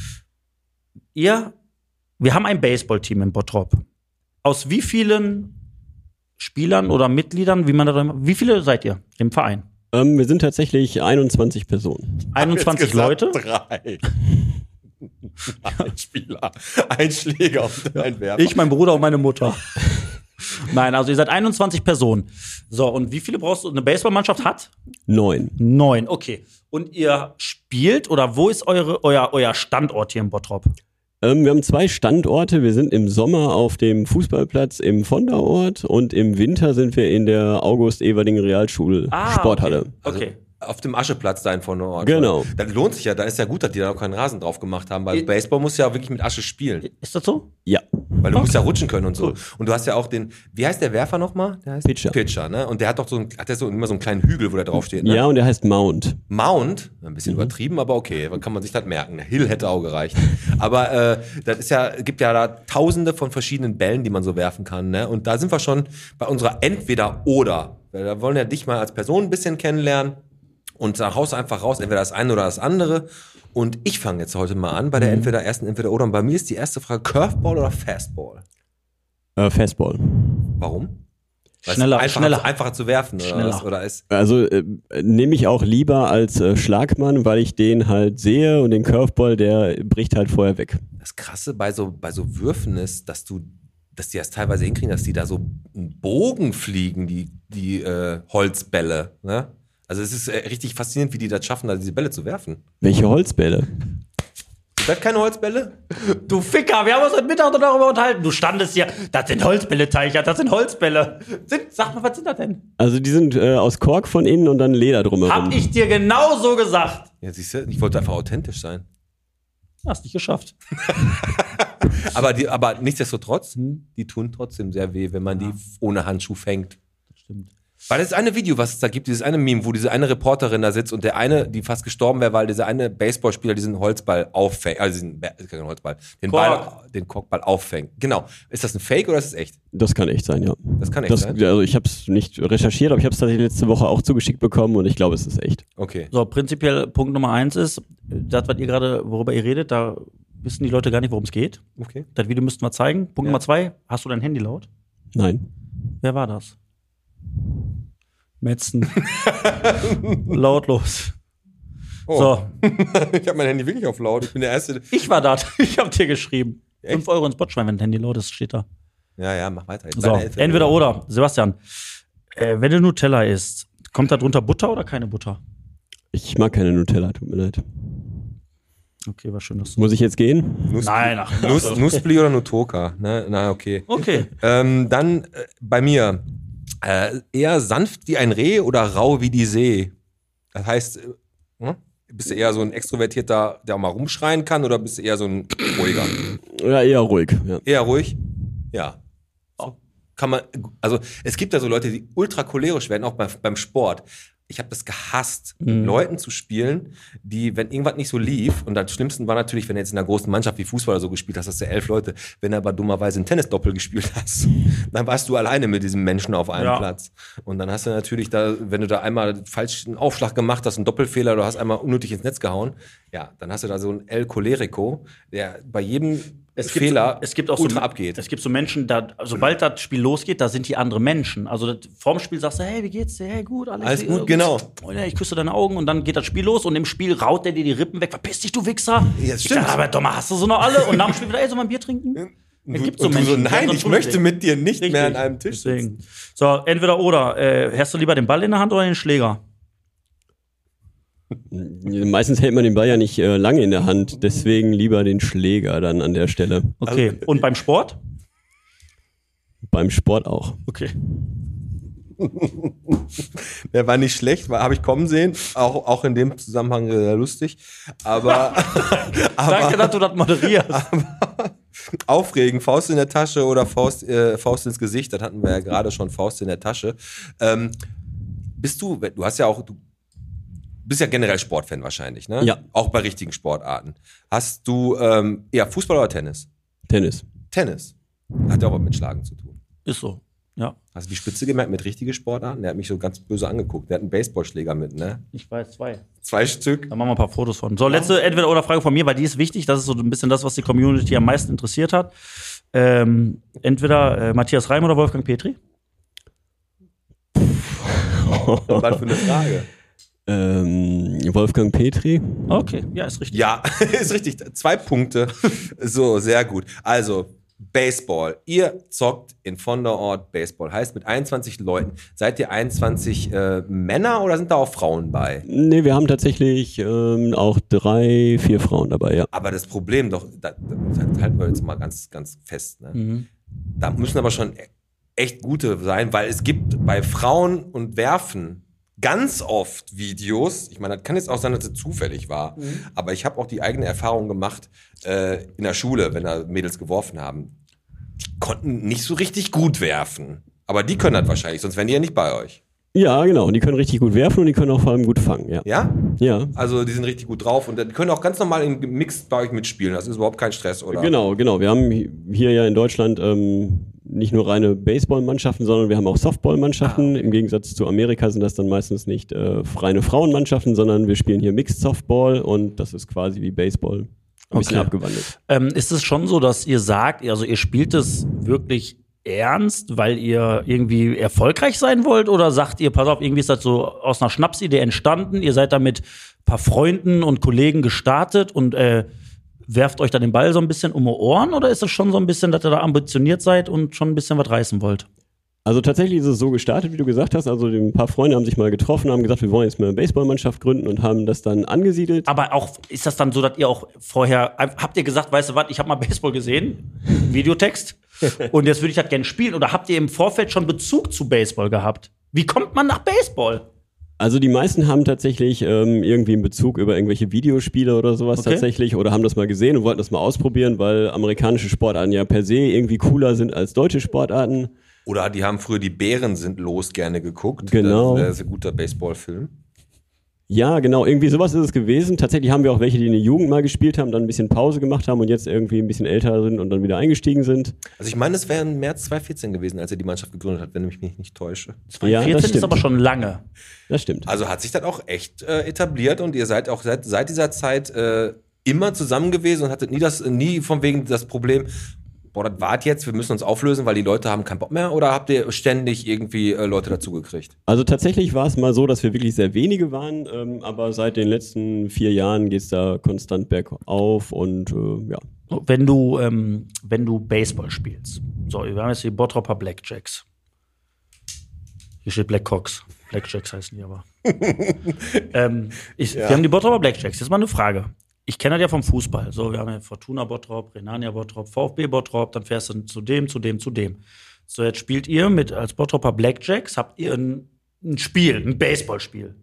Wir haben ein Baseballteam in Bottrop. Aus wie vielen Spielern oder Mitgliedern, wie viele seid ihr im Verein? Wir sind tatsächlich 21 Personen. 21 Leute? 3. Ein Spieler, ein Schläger und ein Werfer. Ich, mein Bruder und meine Mutter. Nein, also ihr seid 21 Personen. So, und wie viele brauchst du? Eine Baseballmannschaft hat? 9. 9, okay. Und ihr spielt oder wo ist euer Standort hier in Bottrop? Wir haben 2 Standorte. Wir sind im Sommer auf dem Fußballplatz im Vonderort und im Winter sind wir in der August-Everding-Realschule Sporthalle. Okay. Auf dem Ascheplatz da in Vorderort. Genau. Das lohnt sich ja, da ist ja gut, dass die da noch keinen Rasen drauf gemacht haben, weil Baseball muss ja wirklich mit Asche spielen. Ist das so? Ja. Weil du musst ja rutschen können und so. Und du hast ja auch wie heißt der Werfer nochmal? Der heißt Pitcher. Pitcher, ne? Und der hat doch immer so einen kleinen Hügel, wo der draufsteht, ne? Ja, und der heißt Mount. Mount, ein bisschen übertrieben, aber okay, dann kann man sich das merken. Hill hätte auch gereicht. Aber gibt ja da tausende von verschiedenen Bällen, die man so werfen kann, ne? Und da sind wir schon bei unserer Entweder-Oder. Da wollen ja dich mal als Person ein bisschen kennenlernen. Und da haust du einfach raus, entweder das eine oder das andere. Und ich fange jetzt heute mal an bei der Entweder-Oder. Und bei mir ist die erste Frage, Curveball oder Fastball? Fastball. Warum? Weil Schneller, es einfacher zu werfen Schneller. oder ist. Also nehme ich auch lieber als Schlagmann, weil ich den halt sehe und den Curveball, der bricht halt vorher weg. Das Krasse bei so Würfen ist, dass die das teilweise hinkriegen, dass die da so einen Bogen fliegen, die Holzbälle, ne? Also es ist richtig faszinierend, wie die das schaffen, da diese Bälle zu werfen. Welche Holzbälle? Sind das keine Holzbälle? Du Ficker, wir haben uns heute Mittag darüber unterhalten. Du standest hier, das sind Holzbälle, Teichert, das sind Holzbälle. Sag mal, was sind das denn? Also die sind aus Kork von innen und dann Leder drumherum. Hab ich dir genau so gesagt. Ja, siehst du, ich wollte einfach authentisch sein. Hast nicht geschafft. Aber nichtsdestotrotz, die tun trotzdem sehr weh, wenn man die ohne Handschuh fängt. Das stimmt. Weil das eine Video, was es da gibt, dieses eine Meme, wo diese eine Reporterin da sitzt und der eine, die fast gestorben wäre, weil dieser eine Baseballspieler diesen Holzball auffängt, kein Holzball, den Korkball auffängt. Genau. Ist das ein Fake oder ist es echt? Das kann echt sein, ja. Das kann echt sein? Also ich habe es nicht recherchiert, aber ich habe es tatsächlich letzte Woche auch zugeschickt bekommen und ich glaube, es ist echt. Okay. So, prinzipiell Punkt Nummer 1 ist, das, was ihr gerade, worüber ihr redet, da wissen die Leute gar nicht, worum es geht. Okay. Das Video müssten wir zeigen. Punkt Nummer 2, hast du dein Handy laut? Nein. Wer war das? Metzen. Lautlos. So, Ich habe mein Handy wirklich auf laut. Ich bin der Erste. ich war da. Ich habe dir geschrieben. 5 Euro ins Botschwein, wenn dein Handy laut ist, steht da. Ja, mach weiter. Jetzt So, deine Elf. entweder oder. Sebastian, wenn du Nutella isst, kommt da drunter Butter oder keine Butter? Ich mag keine Nutella, tut mir leid. Okay, war schön, dass du... Muss ich jetzt gehen? Nein, ach, Nussbli oder Nutoka? Ne? Na, okay. Okay. Dann bei mir eher sanft wie ein Reh oder rau wie die See? Das heißt, bist du eher so ein Extrovertierter, der auch mal rumschreien kann, oder bist du eher so ein ruhiger? Ja, eher ruhig. Ja. Eher ruhig? Ja. Kann man, also es gibt ja so Leute, die ultra cholerisch werden, auch beim Sport. Ich habe das gehasst, mit Leuten zu spielen, die, wenn irgendwas nicht so lief, und das Schlimmste war natürlich, wenn du jetzt in einer großen Mannschaft wie Fußball oder so gespielt hast, hast du 11 Leute, wenn du aber dummerweise ein Tennisdoppel gespielt hast, dann warst du alleine mit diesem Menschen auf einem Platz. Und dann hast du natürlich da, wenn du da einmal falsch einen Aufschlag gemacht hast, einen Doppelfehler, du hast einmal unnötig ins Netz gehauen, ja, dann hast du da so einen El Cholerico, der bei jedem Fehler ultra abgeht. Es gibt so Menschen, sobald das Spiel losgeht, da sind die andere Menschen. Also vorm Spiel sagst du, hey, wie geht's dir? Hey, gut, alles gut, genau. Oh, ja, ich küsse deine Augen und dann geht das Spiel los und im Spiel raut der dir die Rippen weg. Verpiss dich, du Wichser. Ja, das stimmt. Ich sag, aber Thomas, hast du so noch alle? Und nach dem Spiel wieder, ey, soll man ein Bier trinken? Es gibt so und Menschen, du so, nein, ich möchte mit dir nicht Richtig. mehr an einem Tisch sitzen. Deswegen. So, entweder oder. Hast du lieber den Ball in der Hand oder den Schläger? Meistens hält man den Ball ja nicht lange in der Hand, deswegen lieber den Schläger dann an der Stelle. Okay. Also, und beim Sport? Beim Sport auch. Okay. Der war nicht schlecht, habe ich kommen sehen. Auch in dem Zusammenhang lustig. Aber, Danke, dass du das moderierst. Aufregend, Faust in der Tasche oder Faust ins Gesicht, das hatten wir ja gerade schon, Faust in der Tasche. Du bist ja generell Sportfan wahrscheinlich, ne? Ja. Auch bei richtigen Sportarten. Hast du eher Fußball oder Tennis? Tennis. Tennis. Hat ja auch was mit Schlagen zu tun. Ist so, ja. Hast du die Spitze gemerkt mit richtigen Sportarten? Der hat mich so ganz böse angeguckt. Der hat einen Baseballschläger mit, ne? Ich weiß, 2. 2 Stück. Da machen wir ein paar Fotos von. So, letzte Entweder-oder-Frage von mir, weil die ist wichtig. Das ist so ein bisschen das, was die Community am meisten interessiert hat. Entweder Matthias Reim oder Wolfgang Petri? Was für eine Frage. Wolfgang Petri. Okay, ja, ist richtig. Ja, ist richtig. 2 Punkte. So, sehr gut. Also, Baseball. Ihr zockt in Vonderort Baseball. Heißt, mit 21 Leuten. Seid ihr 21 Männer oder sind da auch Frauen bei? Nee, wir haben tatsächlich auch 3, 4 Frauen dabei, ja. Aber das Problem doch, das halten wir jetzt mal ganz, ganz fest. Ne? Da müssen aber schon echt gute sein, weil es gibt bei Frauen und Werfen ganz oft Videos, ich meine, das kann jetzt auch sein, dass es zufällig war, aber ich habe auch die eigene Erfahrung gemacht in der Schule, wenn da Mädels geworfen haben. Die konnten nicht so richtig gut werfen. Aber die können das wahrscheinlich, sonst wären die ja nicht bei euch. Ja, genau. Und die können richtig gut werfen und die können auch vor allem gut fangen, ja. Ja? Ja. Also die sind richtig gut drauf und die können auch ganz normal im Mix bei euch mitspielen. Das ist überhaupt kein Stress, oder? Genau. Wir haben hier ja in Deutschland nicht nur reine Baseballmannschaften, sondern wir haben auch Softballmannschaften. Im Gegensatz zu Amerika sind das dann meistens nicht reine Frauenmannschaften, sondern wir spielen hier Mixed Softball und das ist quasi wie Baseball ein bisschen abgewandelt. Ist es schon so, dass ihr sagt, also ihr spielt es wirklich ernst, weil ihr irgendwie erfolgreich sein wollt? Oder sagt ihr, pass auf, irgendwie ist das so aus einer Schnapsidee entstanden, ihr seid da mit ein paar Freunden und Kollegen gestartet und werft euch dann den Ball so ein bisschen um die Ohren? Oder ist es schon so ein bisschen, dass ihr da ambitioniert seid und schon ein bisschen was reißen wollt? Also tatsächlich ist es so gestartet, wie du gesagt hast. Also ein paar Freunde haben sich mal getroffen, haben gesagt, wir wollen jetzt mal eine Baseballmannschaft gründen und haben das dann angesiedelt. Aber auch, ist das dann so, dass ihr auch vorher, habt ihr gesagt, weißt du was, ich habe mal Baseball gesehen, Videotext, und jetzt würde ich das gerne spielen? Oder habt ihr im Vorfeld schon Bezug zu Baseball gehabt? Wie kommt man nach Baseball? Also die meisten haben tatsächlich irgendwie einen Bezug über irgendwelche Videospiele oder sowas tatsächlich oder haben das mal gesehen und wollten das mal ausprobieren, weil amerikanische Sportarten ja per se irgendwie cooler sind als deutsche Sportarten. Oder die haben früher die Bären sind los gerne geguckt. Genau. Das ist ein guter Baseballfilm. Ja, genau, irgendwie sowas ist es gewesen. Tatsächlich haben wir auch welche, die in der Jugend mal gespielt haben, dann ein bisschen Pause gemacht haben und jetzt irgendwie ein bisschen älter sind und dann wieder eingestiegen sind. Also ich meine, es wäre im März 2014 gewesen, als er die Mannschaft gegründet hat, wenn ich mich nicht täusche. 2014 ist aber schon lange. Das stimmt. Also hat sich das auch echt etabliert und ihr seid auch seit dieser Zeit immer zusammen gewesen und hattet nie von wegen das Problem, boah, das wart jetzt, wir müssen uns auflösen, weil die Leute haben keinen Bock mehr? Oder habt ihr ständig irgendwie Leute dazugekriegt? Also tatsächlich war es mal so, dass wir wirklich sehr wenige waren, aber seit den letzten 4 Jahren geht's da konstant bergauf und ja. Wenn du Baseball spielst, so, wir haben jetzt die Bottropper Blackjacks. Hier steht Blackhawks. Blackjacks heißen die aber. Wir haben die Bottropper Blackjacks. Jetzt mal eine Frage. Ich kenne das ja vom Fußball. So, wir haben ja Fortuna Bottrop, Rhenania Bottrop, VfB Bottrop, dann fährst du zu dem. So, jetzt spielt ihr als Bottropper Blackjacks, habt ihr ein Spiel, ein Baseballspiel.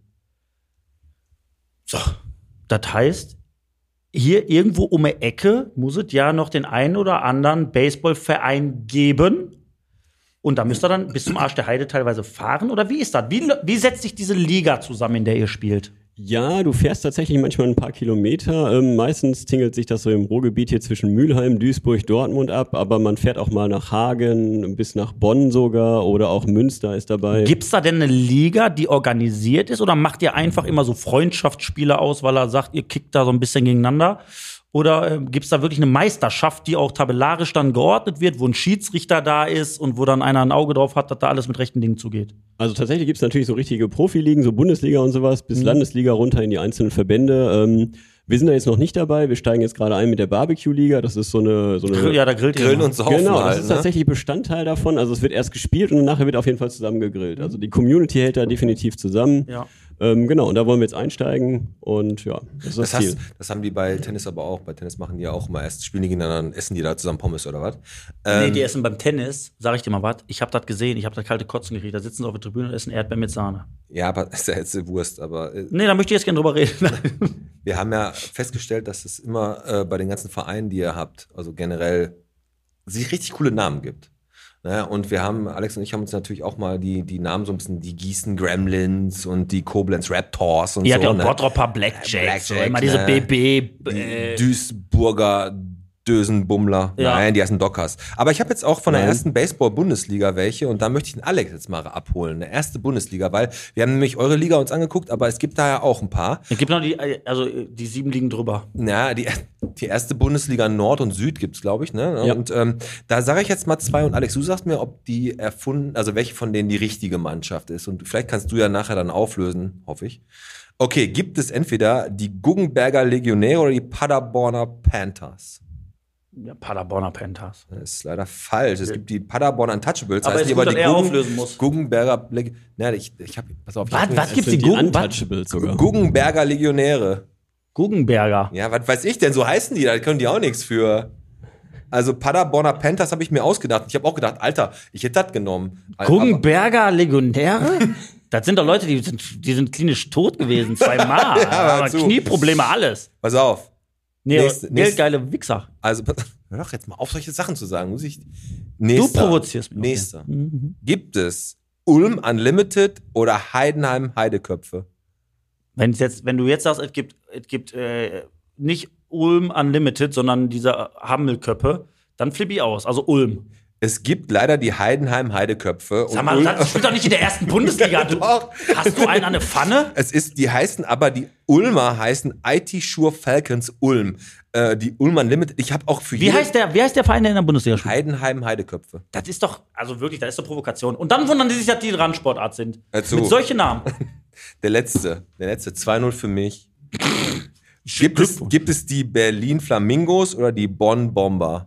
So, das heißt, hier irgendwo um die Ecke muss es ja noch den einen oder anderen Baseballverein geben. Und da müsst ihr dann bis zum Arsch der Heide teilweise fahren? Oder wie ist das? Wie setzt sich diese Liga zusammen, in der ihr spielt? Ja, du fährst tatsächlich manchmal ein paar Kilometer. Meistens tingelt sich das so im Ruhrgebiet hier zwischen Mülheim, Duisburg, Dortmund ab. Aber man fährt auch mal nach Hagen, bis nach Bonn sogar. Oder auch Münster ist dabei. Gibt's da denn eine Liga, die organisiert ist? Oder macht ihr einfach immer so Freundschaftsspiele aus, weil er sagt, ihr kickt da so ein bisschen gegeneinander? Oder gibt's da wirklich eine Meisterschaft, die auch tabellarisch dann geordnet wird, wo ein Schiedsrichter da ist und wo dann einer ein Auge drauf hat, dass da alles mit rechten Dingen zugeht? Also tatsächlich gibt's natürlich so richtige Profiligen, so Bundesliga und sowas, bis Landesliga runter in die einzelnen Verbände. Wir sind da jetzt noch nicht dabei. Wir steigen jetzt gerade ein mit der Barbecue-Liga. Das ist so eine Ja, da grillt ihr Grillen immer. und saufen Genau, das halt, ist ne? tatsächlich Bestandteil davon. Also es wird erst gespielt und nachher wird auf jeden Fall zusammen gegrillt. Also die Community hält da definitiv zusammen. Ja. Genau, und da wollen wir jetzt einsteigen und ja, das ist das Ziel. Das haben die bei Tennis aber auch. Bei Tennis machen die ja auch mal erst, spielen die gegeneinander, dann essen die da zusammen Pommes oder was? Nee, die essen beim Tennis, sag ich dir mal was, ich habe das gesehen, ich habe da kalte Kotzen gekriegt. Da sitzen sie auf der Tribüne und essen Erdbeeren mit Sahne. Ja, aber ist ja jetzt Wurst, aber Nee, da möchte ich jetzt gerne drüber reden. wir haben ja festgestellt, dass es immer bei den ganzen Vereinen, die ihr habt, also generell, sich richtig coole Namen gibt. Naja, und Alex und ich haben uns natürlich auch mal die Namen so ein bisschen, die Gießen Gremlins und die Koblenz Raptors und Ihr so. habt ja auch Ne? Bottropper Blackjacks, so Blackjack, immer diese ne? BB. Duisburger Dösenbummler. Ja. Nein, die heißen Dockers. Aber ich habe jetzt auch von der Nein. ersten Baseball-Bundesliga welche und da möchte ich den Alex jetzt mal abholen. Eine erste Bundesliga, weil wir haben nämlich eure Liga uns angeguckt, aber es gibt da ja auch ein paar. Es gibt noch die 7 liegen drüber. Ja, die erste Bundesliga Nord und Süd gibt's, glaube ich, ne? Ja. Und da sage ich jetzt mal 2 und Alex, du sagst mir, ob die also welche von denen die richtige Mannschaft ist. Und vielleicht kannst du ja nachher dann auflösen, hoffe ich. Okay, gibt es entweder die Guggenberger Legionäre oder die Paderborner Panthers? Ja, Paderborner Panthers. Das ist leider falsch. Es gibt die Paderborner Untouchables. Aber heißen ist gut, dass er auflösen muss. Guggenberger ich habe pass auf. Was gibt's sind die die Guggen? Untouchables sogar. Guggenberger Legionäre. Guggenberger. Ja, was weiß ich denn? So heißen die, da können die auch nichts für. Also Paderborner Panthers habe ich mir ausgedacht. Ich habe auch gedacht, Alter, ich hätte das genommen. Guggenberger Legionäre? Das sind doch Leute, die sind klinisch tot gewesen, 2-mal. hör zu. Knieprobleme, alles. Pass auf. Nee, Nächste- geldgeile Wichser. Also, hör doch jetzt mal auf, solche Sachen zu sagen. Du provozierst mich. Nächster. Gibt es Ulm Unlimited oder Heidenheim Heideköpfe? Wenn du jetzt sagst, es gibt nicht Ulm Unlimited, sondern diese Hammelköppe, dann flippe ich aus. Also Ulm. Es gibt leider die Heidenheim Heideköpfe. Sag mal, das spielt doch nicht in der ersten Bundesliga. Doch. Hast du einen an der Pfanne? Die heißen aber, die Ulmer heißen IT Sure Falcons Ulm. Die Ulm Unlimited, ich habe auch für Wie heißt der Verein, der in der Bundesliga spielt? Heidenheim Heideköpfe. Das ist doch, also wirklich, das ist doch Provokation. Und dann wundern die sich, dass die Randsportart sind. Also- Mit solchen Namen. Der letzte 2-0 für mich. Gibt es die Berlin Flamingos oder die Bonn Bomber?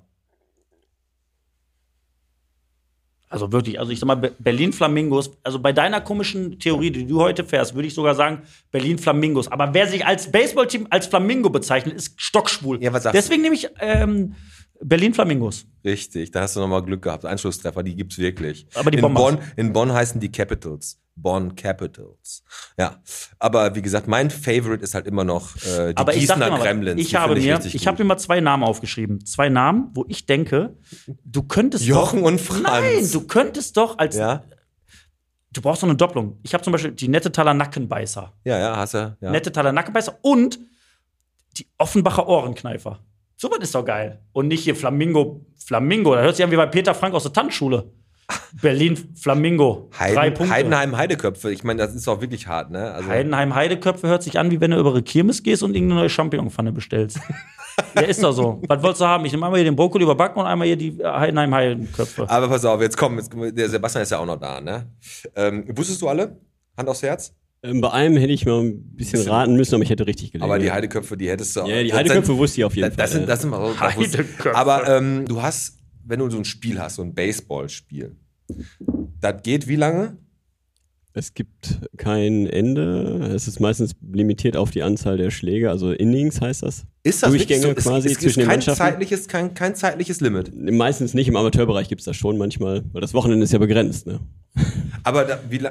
Also wirklich, also ich sag mal, Berlin Flamingos, also bei deiner komischen Theorie, die du heute fährst, würde ich sogar sagen, Berlin Flamingos. Aber wer sich als Baseballteam als Flamingo bezeichnet, ist stockschwul. Ja, was sagst du? Deswegen nehme ich Berlin Flamingos. Richtig, da hast du nochmal Glück gehabt. Einschlusstreffer, die gibt's wirklich. Aber die in Bombers. In Bonn heißen die Capitals. Bonn Capitals. Ja, aber wie gesagt, mein Favorite ist halt immer noch die Aber ich sag dir Gießener mal, Gremlins. ich Die habe find mir richtig gut. mir mal 2 Namen aufgeschrieben. 2 Namen, wo ich denke, du könntest Jochen doch, und Franz. Nein, du könntest doch als Ja, du brauchst doch eine Doppelung. Ich habe zum Beispiel die Nettetaler Nackenbeißer. hast du. Ja. Nettetaler Nackenbeißer und die Offenbacher Ohrenkneifer. So was ist doch geil. Und nicht hier Flamingo. Da hört sich an wie bei Peter Frank aus der Tanzschule. Berlin Flamingo. 3 Punkte. Heidenheim Heideköpfe. Ich meine, das ist auch wirklich hart, ne? Also, Heidenheim Heideköpfe hört sich an, wie wenn du über eine Kirmes gehst und irgendeine neue Champignonpfanne bestellst. Ja, ist doch so. Was wolltest du haben? Ich nehme einmal hier den Brokkoli überbacken und einmal hier die Heidenheim Heideköpfe. aber pass auf, jetzt der Sebastian ist ja auch noch da, ne? Wusstest du alle? Hand aufs Herz? Bei einem hätte ich mal ein bisschen raten müssen, aber ich hätte richtig gelegen. Aber die Heideköpfe, die hättest du auch. Ja, die Heideköpfe wusste ich auf jeden Fall. Das sind mal so. Heideköpfe. Aber du hast, wenn du so ein Spiel hast, so ein Baseballspiel, das geht wie lange? Es gibt kein Ende. Es ist meistens limitiert auf die Anzahl der Schläge, also Innings heißt das. Ist das Durchgänge wirklich so? quasi Es zwischen den kein Mannschaften. kein zeitliches Limit. Meistens nicht, im Amateurbereich gibt es das schon manchmal, weil das Wochenende ist ja begrenzt. Ne? Aber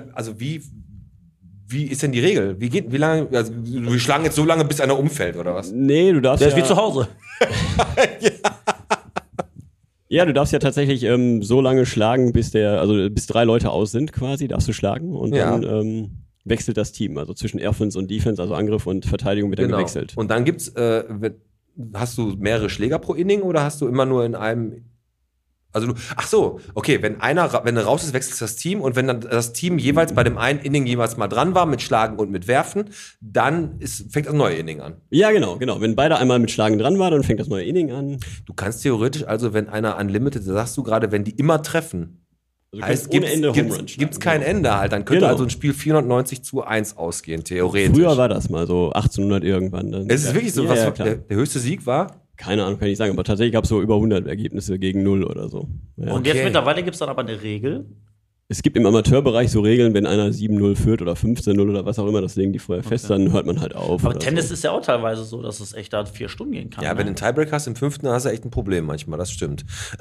wie ist denn die Regel? Wie lange, also wir schlagen jetzt so lange, bis einer umfällt, oder was? Nee, du darfst Der ist wie zu Hause. Ja, du darfst ja tatsächlich so lange schlagen, bis 3 Leute aus sind quasi, darfst du schlagen und dann wechselt das Team. Also zwischen Offense und Defense, also Angriff und Verteidigung wird dann gewechselt. Und dann gibt's, hast du mehrere Schläger pro Inning oder hast du immer nur in einem? Also wenn du raus ist, wechselst das Team und wenn dann das Team jeweils bei dem einen Inning jeweils mal dran war mit Schlagen und mit Werfen, dann fängt das neue Inning an. Ja, genau. Wenn beide einmal mit Schlagen dran waren, dann fängt das neue Inning an. Du kannst theoretisch, also wenn einer Unlimited, sagst du gerade, wenn die immer treffen, Also heißt, ohne Ende Home Run gibt's schlagen, kein genau. Ende halt. Dann könnte Genau. also ein Spiel 490-1 ausgehen, theoretisch. Früher war das mal so 1800 irgendwann. Dann. Es ist wirklich so, Ja, klar. der höchste Sieg war? Keine Ahnung, kann ich sagen, aber tatsächlich gab es so über 100 Ergebnisse gegen 0 oder so. Ja. Und jetzt mittlerweile gibt es dann aber eine Regel. Es gibt im Amateurbereich so Regeln, wenn einer 7-0 führt oder 15-0 oder was auch immer, das legen die vorher fest, dann hört man halt auf. Aber oder Tennis so. ist ja auch teilweise so, dass es echt da 4 Stunden gehen kann. Ja, ne? wenn du einen Tiebreak hast, im 5. hast du echt ein Problem manchmal, das stimmt.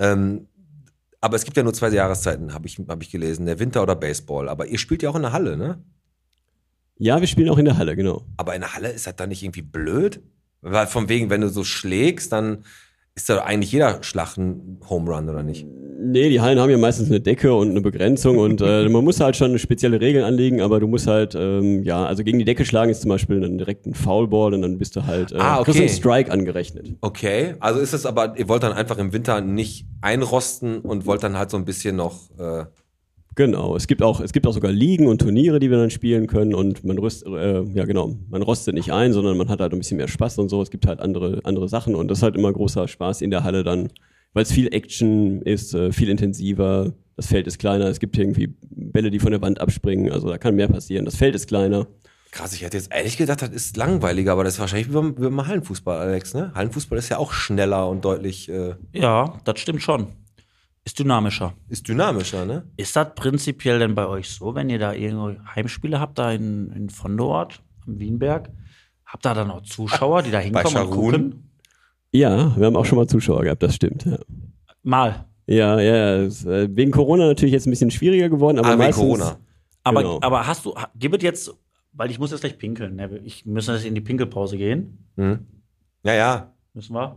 Aber es gibt ja nur 2 Jahreszeiten, hab ich gelesen, der Winter oder Baseball. Aber ihr spielt ja auch in der Halle, ne? Ja, wir spielen auch in der Halle, genau. Aber in der Halle ist das dann nicht irgendwie blöd? Weil von wegen, wenn du so schlägst, dann ist da eigentlich jeder Schlag ein Home Run, oder nicht? Nee, die Hallen haben ja meistens eine Decke und eine Begrenzung und man muss halt schon spezielle Regeln anlegen, aber du musst halt, also gegen die Decke schlagen ist zum Beispiel dann direkt ein Foulball und dann bist du halt, kriegst einen Strike angerechnet. Okay, also ist es aber, ihr wollt dann einfach im Winter nicht einrosten und wollt dann halt so ein bisschen noch... Genau, es gibt auch sogar Ligen und Turniere, die wir dann spielen können und man rostet nicht ein, sondern man hat halt ein bisschen mehr Spaß und so. Es gibt halt andere Sachen und das ist halt immer großer Spaß in der Halle dann, weil es viel Action ist, viel intensiver, das Feld ist kleiner, es gibt irgendwie Bälle, die von der Wand abspringen, also da kann mehr passieren, das Feld ist kleiner. Krass, ich hätte jetzt ehrlich gedacht, das ist langweiliger, aber das ist wahrscheinlich wie beim Hallenfußball, Alex, ne? Hallenfußball ist ja auch schneller und deutlich... Ja, das stimmt schon. Ist dynamischer. Ist dynamischer, ne? Ist das prinzipiell denn bei euch so, wenn ihr da irgendwo Heimspiele habt, da in Vonderort, am Wienberg, habt ihr da dann auch Zuschauer, die da hinkommen und gucken? Ja, wir haben auch schon mal Zuschauer gehabt, das stimmt. Ja. Mal. Ja, ist, wegen Corona natürlich jetzt ein bisschen schwieriger geworden, aber wegen meistens... Corona. Genau. Aber gibt es jetzt, weil ich muss jetzt gleich pinkeln, ne? Ich muss jetzt in die Pinkelpause gehen. Ja. Müssen wir.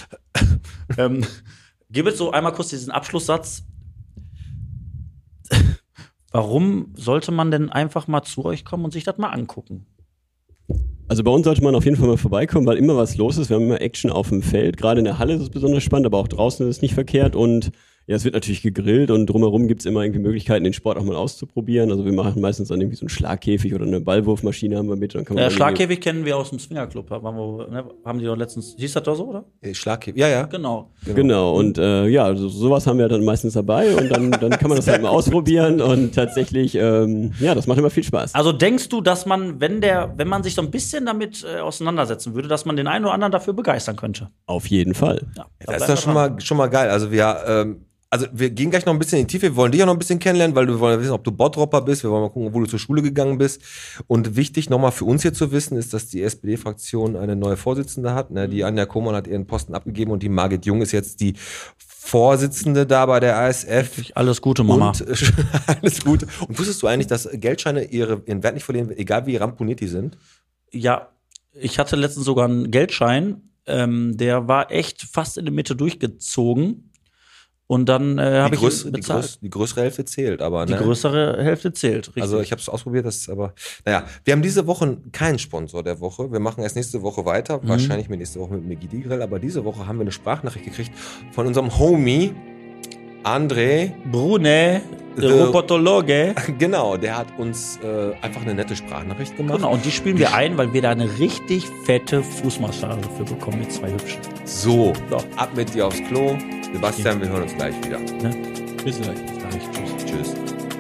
Gib jetzt so einmal kurz diesen Abschlusssatz. Warum sollte man denn einfach mal zu euch kommen und sich das mal angucken? Also bei uns sollte man auf jeden Fall mal vorbeikommen, weil immer was los ist. Wir haben immer Action auf dem Feld. Gerade in der Halle ist es besonders spannend, aber auch draußen ist es nicht verkehrt. Und ja, es wird natürlich gegrillt und drumherum gibt es immer irgendwie Möglichkeiten, den Sport auch mal auszuprobieren. Also wir machen meistens dann irgendwie so einen Schlagkäfig oder eine Ballwurfmaschine haben wir mit. Dann kann man Schlagkäfig kennen wir aus dem Swingerclub. Haben die doch letztens, hieß das doch so, oder? Schlagkäfig, ja. Genau. Und sowas haben wir dann meistens dabei und dann kann man das halt mal ausprobieren und tatsächlich, das macht immer viel Spaß. Also denkst du, dass man, wenn man sich so ein bisschen damit auseinandersetzen würde, dass man den einen oder anderen dafür begeistern könnte? Auf jeden Fall. Ja, Das ist doch schon mal geil. Also wir gehen gleich noch ein bisschen in die Tiefe. Wir wollen dich auch noch ein bisschen kennenlernen, weil wir wollen wissen, ob du Bottropper bist. Wir wollen mal gucken, wo du zur Schule gegangen bist. Und wichtig nochmal für uns hier zu wissen, ist, dass die SPD-Fraktion eine neue Vorsitzende hat. Ne? Die Anja Kohlmann hat ihren Posten abgegeben und die Margit Jung ist jetzt die Vorsitzende da bei der ASF. Alles Gute, Mama. Und, alles Gute. Und wusstest du eigentlich, dass Geldscheine ihren Wert nicht verlieren, egal wie ramponiert die sind? Ja, ich hatte letztens sogar einen Geldschein, der war echt fast in der Mitte durchgezogen. Und dann habe ich bezahlt. Die größere Hälfte zählt, aber die größere Hälfte zählt, richtig. Also ich habe es ausprobiert, wir haben diese Woche keinen Sponsor der Woche. Wir machen erst nächste Woche weiter, wahrscheinlich nächste Woche mit Megiddi Grill, aber diese Woche haben wir eine Sprachnachricht gekriegt von unserem Homie André, Brune, der Robotologe. genau, der hat uns einfach eine nette Sprachnachricht gemacht. Genau, und die spielen wir ein, weil wir da eine richtig fette Fußmassage für bekommen mit 2 Hübschen. So, So. ab mit dir aufs Klo. Sebastian, wir hören uns gleich wieder. Ne? Bis gleich. Tschüss. Tschüss.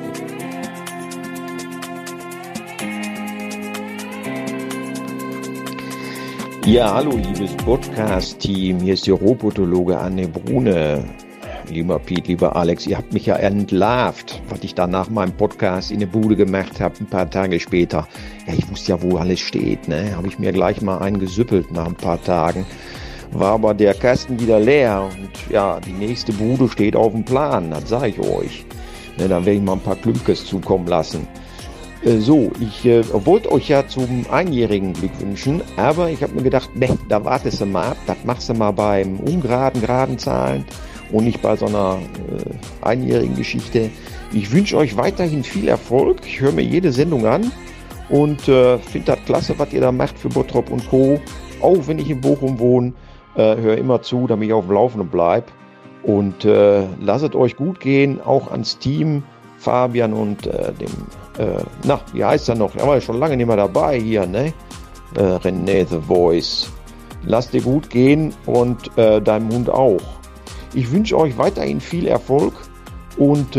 Ja, hallo liebes Podcast-Team, hier ist der Robotologe Anne Brune. Lieber Piet, lieber Alex, ihr habt mich ja entlarvt, was ich da nach meinem Podcast in der Bude gemacht habe, ein paar Tage später. Ja, ich wusste ja, wo alles steht, ne? Habe ich mir gleich mal eingesüppelt nach ein paar Tagen. War aber der Kasten wieder leer und ja, die nächste Bude steht auf dem Plan, das sage ich euch. Ne, dann werde ich mal ein paar Klümpkes zukommen lassen. So, ich wollte euch ja zum Einjährigen Glückwünschen, aber ich habe mir gedacht, ne, da wartest du mal ab, das machst du mal beim geraden Zahlen und nicht bei so einer einjährigen Geschichte. Ich wünsche euch weiterhin viel Erfolg, ich höre mir jede Sendung an und finde das klasse, was ihr da macht für Bottrop und Co. Auch wenn ich in Bochum wohne, höre immer zu, damit ich auf dem Laufenden bleibe und lasst euch gut gehen, auch ans Team, Fabian und wie heißt er noch? Er war ja schon lange nicht mehr dabei hier, ne? René The Voice. Lass dir gut gehen und deinem Hund auch. Ich wünsche euch weiterhin viel Erfolg und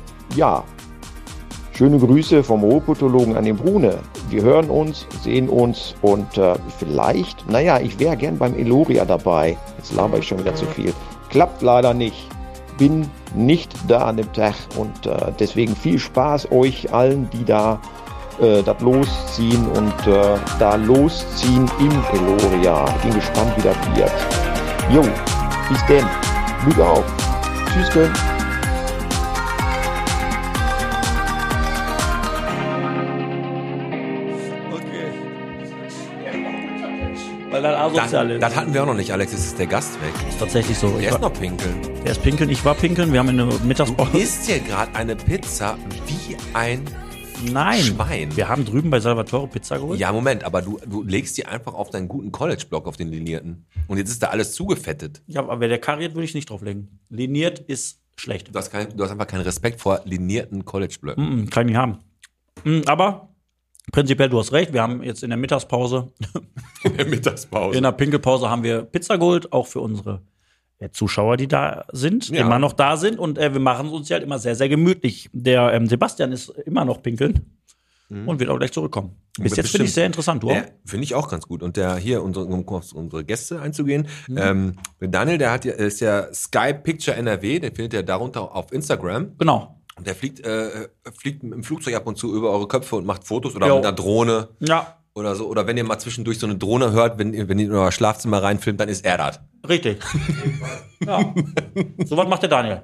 schöne Grüße vom Robotologen an den Brune. Wir hören uns, sehen uns und vielleicht, ich wäre gern beim Eloria dabei. Jetzt laber ich schon wieder zu viel. Klappt leider nicht. Bin nicht da an dem Tag und deswegen viel Spaß euch allen, die da das losziehen und da losziehen im Eloria. Bin gespannt, wie das wird. Jo, bis denn. Glück auf. Tschüss, Köln. Weil dann asozial ist. Das hatten wir auch noch nicht, Alex. Jetzt ist der Gast weg. ist tatsächlich so. Der ist noch pinkeln. Der ist pinkeln, ich war pinkeln, wir haben eine Mittagspause. Isst hier gerade eine Pizza wie ein Nein, Schwein. wir haben drüben bei Salvatore Pizza geholt. Ja, Moment, aber du legst die einfach auf deinen guten College-Block, auf den linierten. Und jetzt ist da alles zugefettet. Ja, aber der kariert würde ich nicht drauflegen. Liniert ist schlecht. Du hast einfach keinen Respekt vor linierten College-Blöcken. Kann ich haben. Aber prinzipiell, du hast recht, wir haben jetzt in der Mittagspause, In der Mittagspause. in der Pinkelpause haben wir Pizza geholt, auch für unsere Zuschauer, die da sind, Ja. immer noch da sind. Und wir machen es uns ja halt immer sehr, sehr gemütlich. Der Sebastian ist immer noch pinkeln und wird auch gleich zurückkommen. Bis jetzt finde ich sehr interessant, du auch? Finde ich auch ganz gut. Und der hier, um auf unsere Gäste einzugehen, der Daniel, ist ja Sky Picture NRW, den findet ihr darunter auf Instagram. Genau. Und der fliegt mit dem Flugzeug ab und zu über eure Köpfe und macht Fotos oder Jo. mit einer Drohne Ja, oder so. Oder wenn ihr mal zwischendurch so eine Drohne hört, wenn ihr in euer Schlafzimmer reinfilmt, dann ist er das. richtig. Ja. So was macht der Daniel.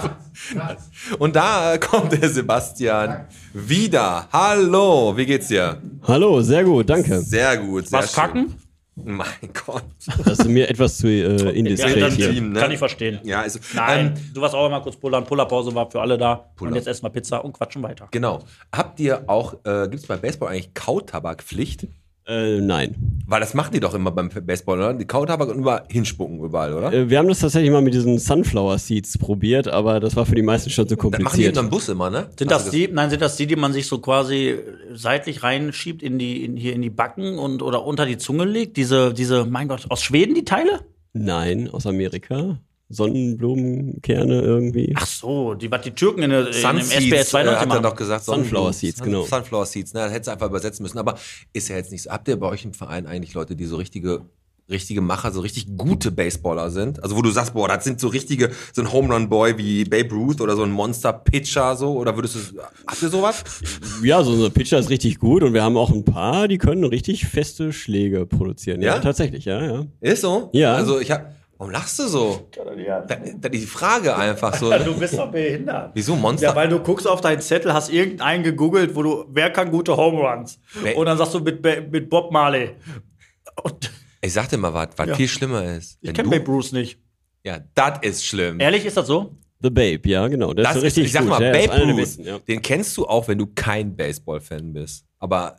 Und da kommt der Sebastian wieder. Hallo, wie geht's dir? Hallo, sehr gut, danke. Sehr gut, sehr Was schön. kacken? Mein Gott. Das ist mir etwas zu indiskret dann hier. Team, ne? Kann ich verstehen. Ja, also, Nein, du warst auch immer kurz pullern. Pullerpause war für alle da. Und jetzt essen wir Pizza und quatschen weiter. Genau. Habt ihr auch, gibt's bei Baseball eigentlich Kautabakpflicht? Nein. Weil das machen die doch immer beim Baseball, oder? Die Kautabak und überall hinspucken überall, oder? Wir haben das tatsächlich mal mit diesen Sunflower Seeds probiert, aber das war für die meisten schon zu Das machen die in kompliziert. einem Bus immer, ne? Sind das die man sich so quasi seitlich reinschiebt in die Backen und oder unter die Zunge legt? Diese, mein Gott, aus Schweden die Teile? Nein, aus Amerika. Sonnenblumenkerne irgendwie. Ach so, was die Türken in dem Sunseeds, SBS 2 hat er machen. doch gesagt. Sunflower Seeds, genau. Sunflower Seeds, ne? Das hättest du einfach übersetzen müssen. Aber ist ja jetzt nicht so. Habt ihr bei euch im Verein eigentlich Leute, die so richtige Macher, so richtig gute Baseballer sind? Also wo du sagst, boah, das sind so ein Home-Run-Boy wie Babe Ruth oder so ein Monster-Pitcher so? Oder habt ihr sowas? Ja, so unser Pitcher ist richtig gut und wir haben auch ein paar, die können richtig feste Schläge produzieren. Ja, Ja? tatsächlich, ja. Ist so? Ja. Also warum lachst du so? Da die Frage einfach so. Du bist doch behindert. Wieso Monster? Ja, weil du guckst auf deinen Zettel, hast irgendeinen gegoogelt, wer kann gute Home Runs? Und dann sagst du mit Bob Marley. Und Ich sag dir mal was viel schlimmer ist. ich kenne Babe Ruth nicht. Ja, das ist schlimm. Ehrlich, ist das so? The Babe, ja, genau. Das ist richtig ich sag gut. mal, Der ist Babe einer der Ruth, besten, ja. den kennst du auch, wenn du kein Baseball-Fan bist. Aber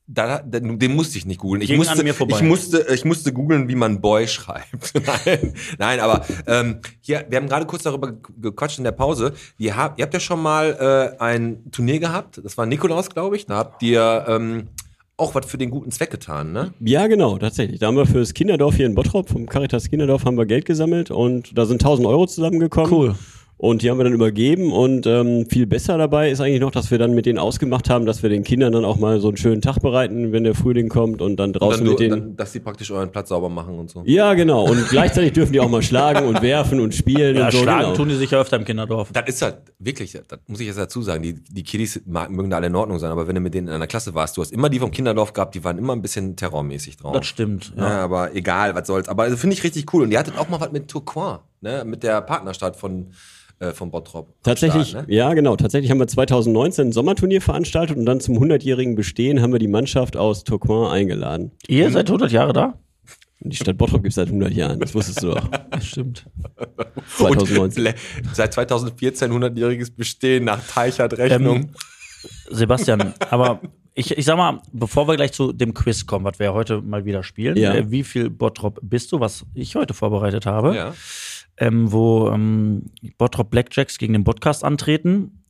Den musste ich nicht googeln. Ging an mir vorbei. Ich musste googeln, wie man Boy schreibt. Nein, aber hier, wir haben gerade kurz darüber gequatscht in der Pause. Ihr habt ja schon mal ein Turnier gehabt. Das war Nikolaus, glaube ich. Da habt ihr auch was für den guten Zweck getan, ne? Ja, genau, tatsächlich. Da haben wir fürs Kinderdorf hier in Bottrop, vom Caritas Kinderdorf, haben wir Geld gesammelt und da sind 1.000 Euro zusammengekommen. Cool. Und die haben wir dann übergeben und viel besser dabei ist eigentlich noch, dass wir dann mit denen ausgemacht haben, dass wir den Kindern dann auch mal so einen schönen Tag bereiten, wenn der Frühling kommt und dann draußen mit denen... dass die praktisch euren Platz sauber machen und so. Ja, genau. Und gleichzeitig dürfen die auch mal schlagen und werfen und spielen Ja, und so. schlagen Genau. tun die sich ja öfter im Kinderdorf. Das ist halt wirklich, das muss ich jetzt dazu sagen, die Kiddies mögen da alle in Ordnung sein, aber wenn du mit denen in einer Klasse warst, du hast immer die vom Kinderdorf gehabt, die waren immer ein bisschen terrormäßig drauf. Das stimmt, ja. Ja, aber egal, was soll's. Aber finde ich richtig cool. Und ihr hattet auch mal was mit Tourcoing, ne? Mit der Partnerstadt von Bottrop. Tatsächlich, Start, ne? ja genau. Tatsächlich haben wir 2019 ein Sommerturnier veranstaltet und dann zum 100-jährigen Bestehen haben wir die Mannschaft aus Tourcoing eingeladen. Ihr seid 100 Jahre da? Die Stadt Bottrop gibt es seit 100 Jahren, das wusstest du doch. Das stimmt. 2019. Und seit 2014 100-jähriges Bestehen nach Teichert-Rechnung. Sebastian, aber ich sag mal, bevor wir gleich zu dem Quiz kommen, was wir ja heute mal wieder spielen, Ja. wie viel Bottrop bist du, was ich heute vorbereitet habe, Ja. wo Bottrop Blackjacks gegen den Podcast antreten,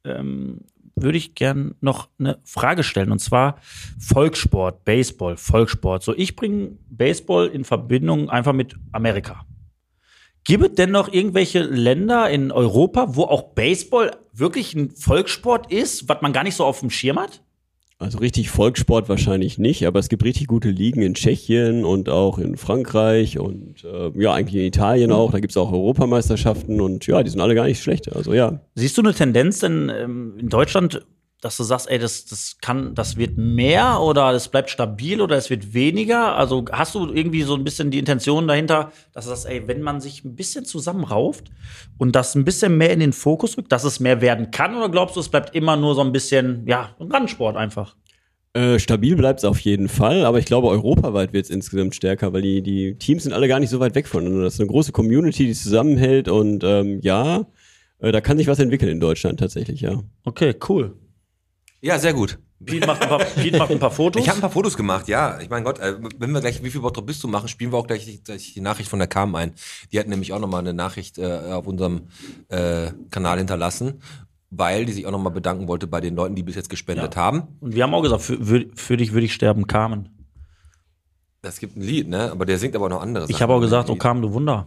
würde ich gern noch eine Frage stellen, und zwar Volkssport, Baseball, Volkssport. So, ich bringe Baseball in Verbindung einfach mit Amerika. Gibt es denn noch irgendwelche Länder in Europa, wo auch Baseball wirklich ein Volkssport ist, was man gar nicht so auf dem Schirm hat? Also richtig Volkssport wahrscheinlich nicht, aber es gibt richtig gute Ligen in Tschechien und auch in Frankreich und ja, eigentlich in Italien auch. Da gibt es auch Europameisterschaften und ja, die sind alle gar nicht schlecht. Also ja. Siehst du eine Tendenz denn in Deutschland, dass du sagst, ey, das wird mehr oder es bleibt stabil oder es wird weniger? Also hast du irgendwie so ein bisschen die Intention dahinter, dass du sagst, ey, wenn man sich ein bisschen zusammenrauft und das ein bisschen mehr in den Fokus rückt, dass es mehr werden kann? Oder glaubst du, es bleibt immer nur so ein bisschen, ja, ein Randsport einfach? Stabil bleibt es auf jeden Fall, aber ich glaube, europaweit wird es insgesamt stärker, weil die Teams sind alle gar nicht so weit weg voneinander. Das ist eine große Community, die zusammenhält und ja, da kann sich was entwickeln in Deutschland tatsächlich, ja. Okay, cool. Ja, sehr gut. Pete macht ein paar Fotos. Ich habe ein paar Fotos gemacht, ja. Ich meine Gott, wenn wir gleich, wie viel Bottrop bist du machen, spielen wir auch gleich die Nachricht von der Kam ein. Die hat nämlich auch nochmal eine Nachricht auf unserem Kanal hinterlassen, weil die sich auch nochmal bedanken wollte bei den Leuten, die bis jetzt gespendet haben. Und wir haben auch gesagt, für dich würde ich sterben, Carmen. Das gibt ein Lied, ne? Aber der singt aber noch andere Sachen. Ich habe auch gesagt, oh Carmen, du Wunder.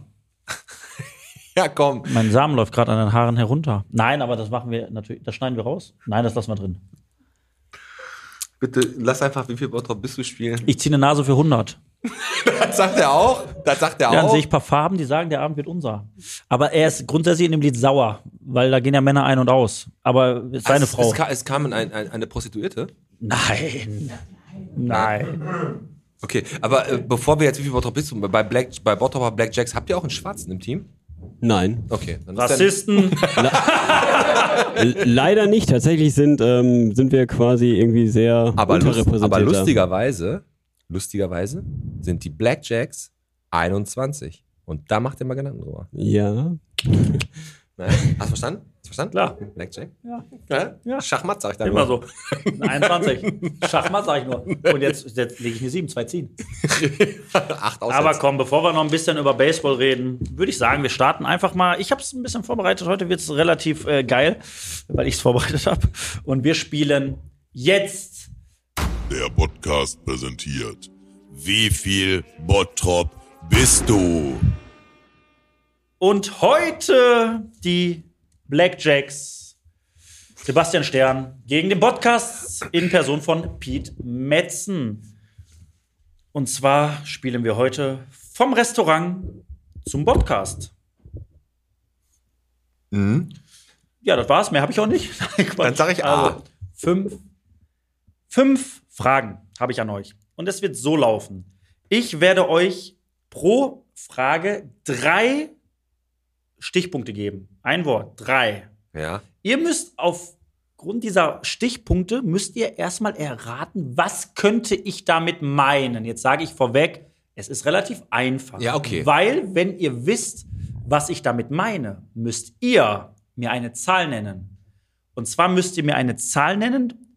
Ja, komm. Mein Samen läuft gerade an den Haaren herunter. Nein, aber das machen wir natürlich, das schneiden wir raus. Nein, das lassen wir drin. Bitte lass einfach, wie viel Bottrop bist du spielen. Ich ziehe eine Nase für 100. Das sagt er auch. Das sagt er Ja, dann auch. sehe ich ein paar Farben, die sagen, der Abend wird unser. Aber er ist grundsätzlich in dem Lied sauer, weil da gehen ja Männer ein und aus. Aber ist seine Frau. Es kam eine Prostituierte? Nein. Nein. Okay, aber bevor wir jetzt, wie viel Bottrop bist du? Bei Bottroper Blackjacks habt ihr auch einen Schwarzen im Team? Nein. Okay. Dann Rassisten. Leider nicht. Tatsächlich sind wir quasi irgendwie sehr unterrepräsentiert. Aber lustigerweise sind die Blackjacks 21. Und da macht ihr mal Gedanken drüber. Ja. Nein? Hast du verstanden? Klar. Blackjack? Ja. Ja. Schachmatt sag ich da Immer nur. so. 21. Schachmatt sag ich nur. Und jetzt lege ich mir 7, 2 ziehen. 8 aus. Aber komm, bevor wir noch ein bisschen über Baseball reden, würde ich sagen, wir starten einfach mal. Ich habe es ein bisschen vorbereitet. Heute wird es relativ geil, weil ich es vorbereitet habe. Und wir spielen jetzt. Der Podcast präsentiert. Wie viel Bottrop bist du? Und heute die Blackjacks. Sebastian Stern gegen den Podcast in Person von Pete Metzen. Und zwar spielen wir heute vom Restaurant zum Podcast. Mhm. Ja, das war's. Mehr habe ich auch nicht. Nein, Quatsch. Dann sag ich A. Also, 5 Fragen habe ich an euch. Und es wird so laufen. Ich werde euch pro Frage 3 Stichpunkte geben. Ein Wort, 3. Ja. Ihr müsst aufgrund dieser Stichpunkte müsst ihr erstmal erraten, was könnte ich damit meinen. Jetzt sage ich vorweg, es ist relativ einfach. Ja, okay. Weil, wenn ihr wisst, was ich damit meine, müsst ihr mir eine Zahl nennen. Und zwar müsst ihr mir eine Zahl nennen,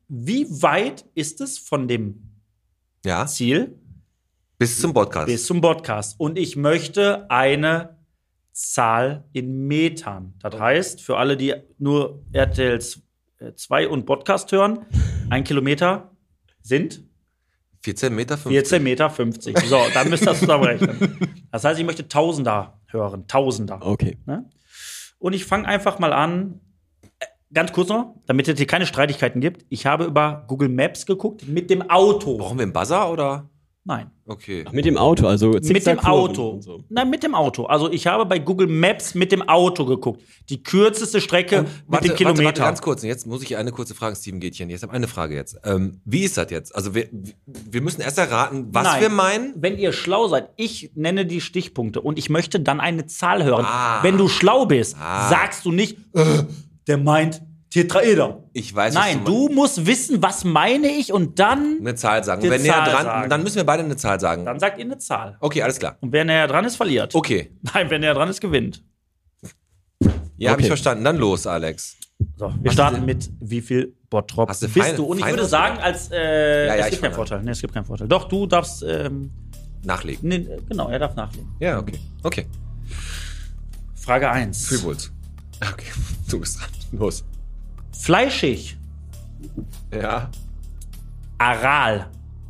wie weit ist es von dem Ja, Ziel bis zum Podcast. bis zum Podcast? Und ich möchte eine Zahl in Metern. Das heißt, für alle, die nur RTL 2 und Podcast hören, 1 Kilometer sind 14,50 Meter. 14,50 Meter. So, dann müsst ihr das zusammenrechnen. Das heißt, ich möchte Tausender hören. Tausender. Okay. Ne? Und ich fange einfach mal an. Ganz kurz noch, damit es hier keine Streitigkeiten gibt. Ich habe über Google Maps geguckt mit dem Auto. Brauchen wir einen Buzzer oder? Nein. Okay. Ach, mit dem Auto, also Mit dem Zickzack-Kurven Auto. und so. Nein, mit dem Auto. Also ich habe bei Google Maps mit dem Auto geguckt. Die kürzeste Strecke mit dem Kilometer. Warte, ganz kurz. Jetzt muss ich eine kurze Frage, Steven Gätchen. Jetzt habe ich eine Frage jetzt. Wie ist das jetzt? Also wir müssen erst erraten, was Nein. wir meinen. Wenn ihr schlau seid, ich nenne die Stichpunkte und ich möchte dann eine Zahl hören. Ah. Wenn du schlau bist, sagst du nicht, der meint Tetraeder. Ich weiß, Nein, was du musst wissen, was meine ich und dann, eine Zahl sagen. Die Und wenn näher Zahl dran, sagen. dann müssen wir beide eine Zahl sagen. dann sagt ihr eine Zahl. Okay, alles klar. Und wer näher dran ist, verliert. Okay. Nein, wer näher dran ist, gewinnt. Ja, habe Okay. ich verstanden. Dann los, Alex. So, wir starten mit wie viel Bottrop Hast du bist fein- du? Und ich fein würde sagen, als ich es gibt fang keinen an. Vorteil. Nee, es gibt keinen Vorteil. Doch, du darfst Nachlegen. nee, genau, er darf nachlegen. Ja, okay. Okay. Frage 1. Fühlwulst. Okay, du bist dran. Los. Fleischig, Ja. Aral,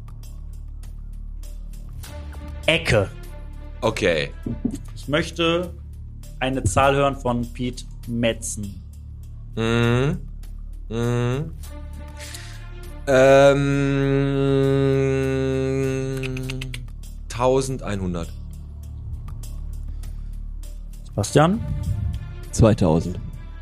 Ecke. Okay. Ich möchte eine Zahl hören von Piet Metzen. Mhm. 1100. Sebastian? 2000.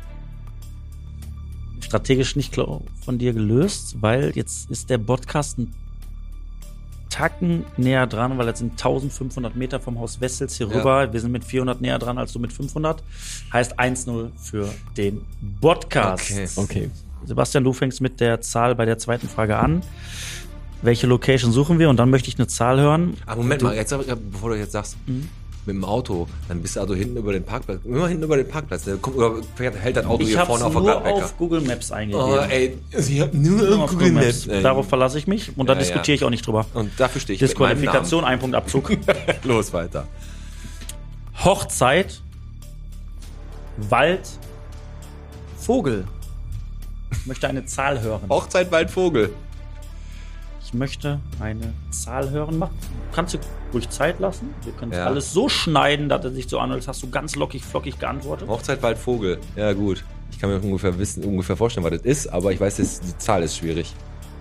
Strategisch nicht klar von dir gelöst, weil jetzt ist der Podcast ein Tacken näher dran, weil jetzt sind 1500 Meter vom Haus Wessels hier Ja. rüber. Wir sind mit 400 näher dran als du mit 500. Heißt 1-0 für den Podcast. Okay. Okay. Sebastian, du fängst mit der Zahl bei der zweiten Frage an. Welche Location suchen wir? Und dann möchte ich eine Zahl hören. Ah, Moment mal, jetzt, bevor du jetzt sagst, mit dem Auto, dann bist du also hinten über den Parkplatz. Immer hinten über den Parkplatz. Der kommt, hält dein Auto Ich hier habe es vorne auf der nur Gladbecker. auf Google Maps eingegeben. Oh, ey, ich hab nur Nur auf auf Google Maps. Darauf verlasse ich mich und da Ja, ja. diskutiere ich auch nicht drüber. Und dafür stehe ich mit meinem Disqualifikation, ein Punkt Abzug. Namen. Los, weiter. Hochzeit, Wald, Vogel. Ich möchte eine Zahl hören. Hochzeit, Waldvogel. Ich möchte eine Zahl hören. Kannst du ruhig Zeit lassen? Wir können Ja. alles so schneiden, dass es sich so anhört, als hast du ganz lockig, flockig geantwortet. Hochzeit, Waldvogel. Ja, gut. Ich kann mir ungefähr vorstellen, was das ist, aber ich weiß, die Zahl ist schwierig.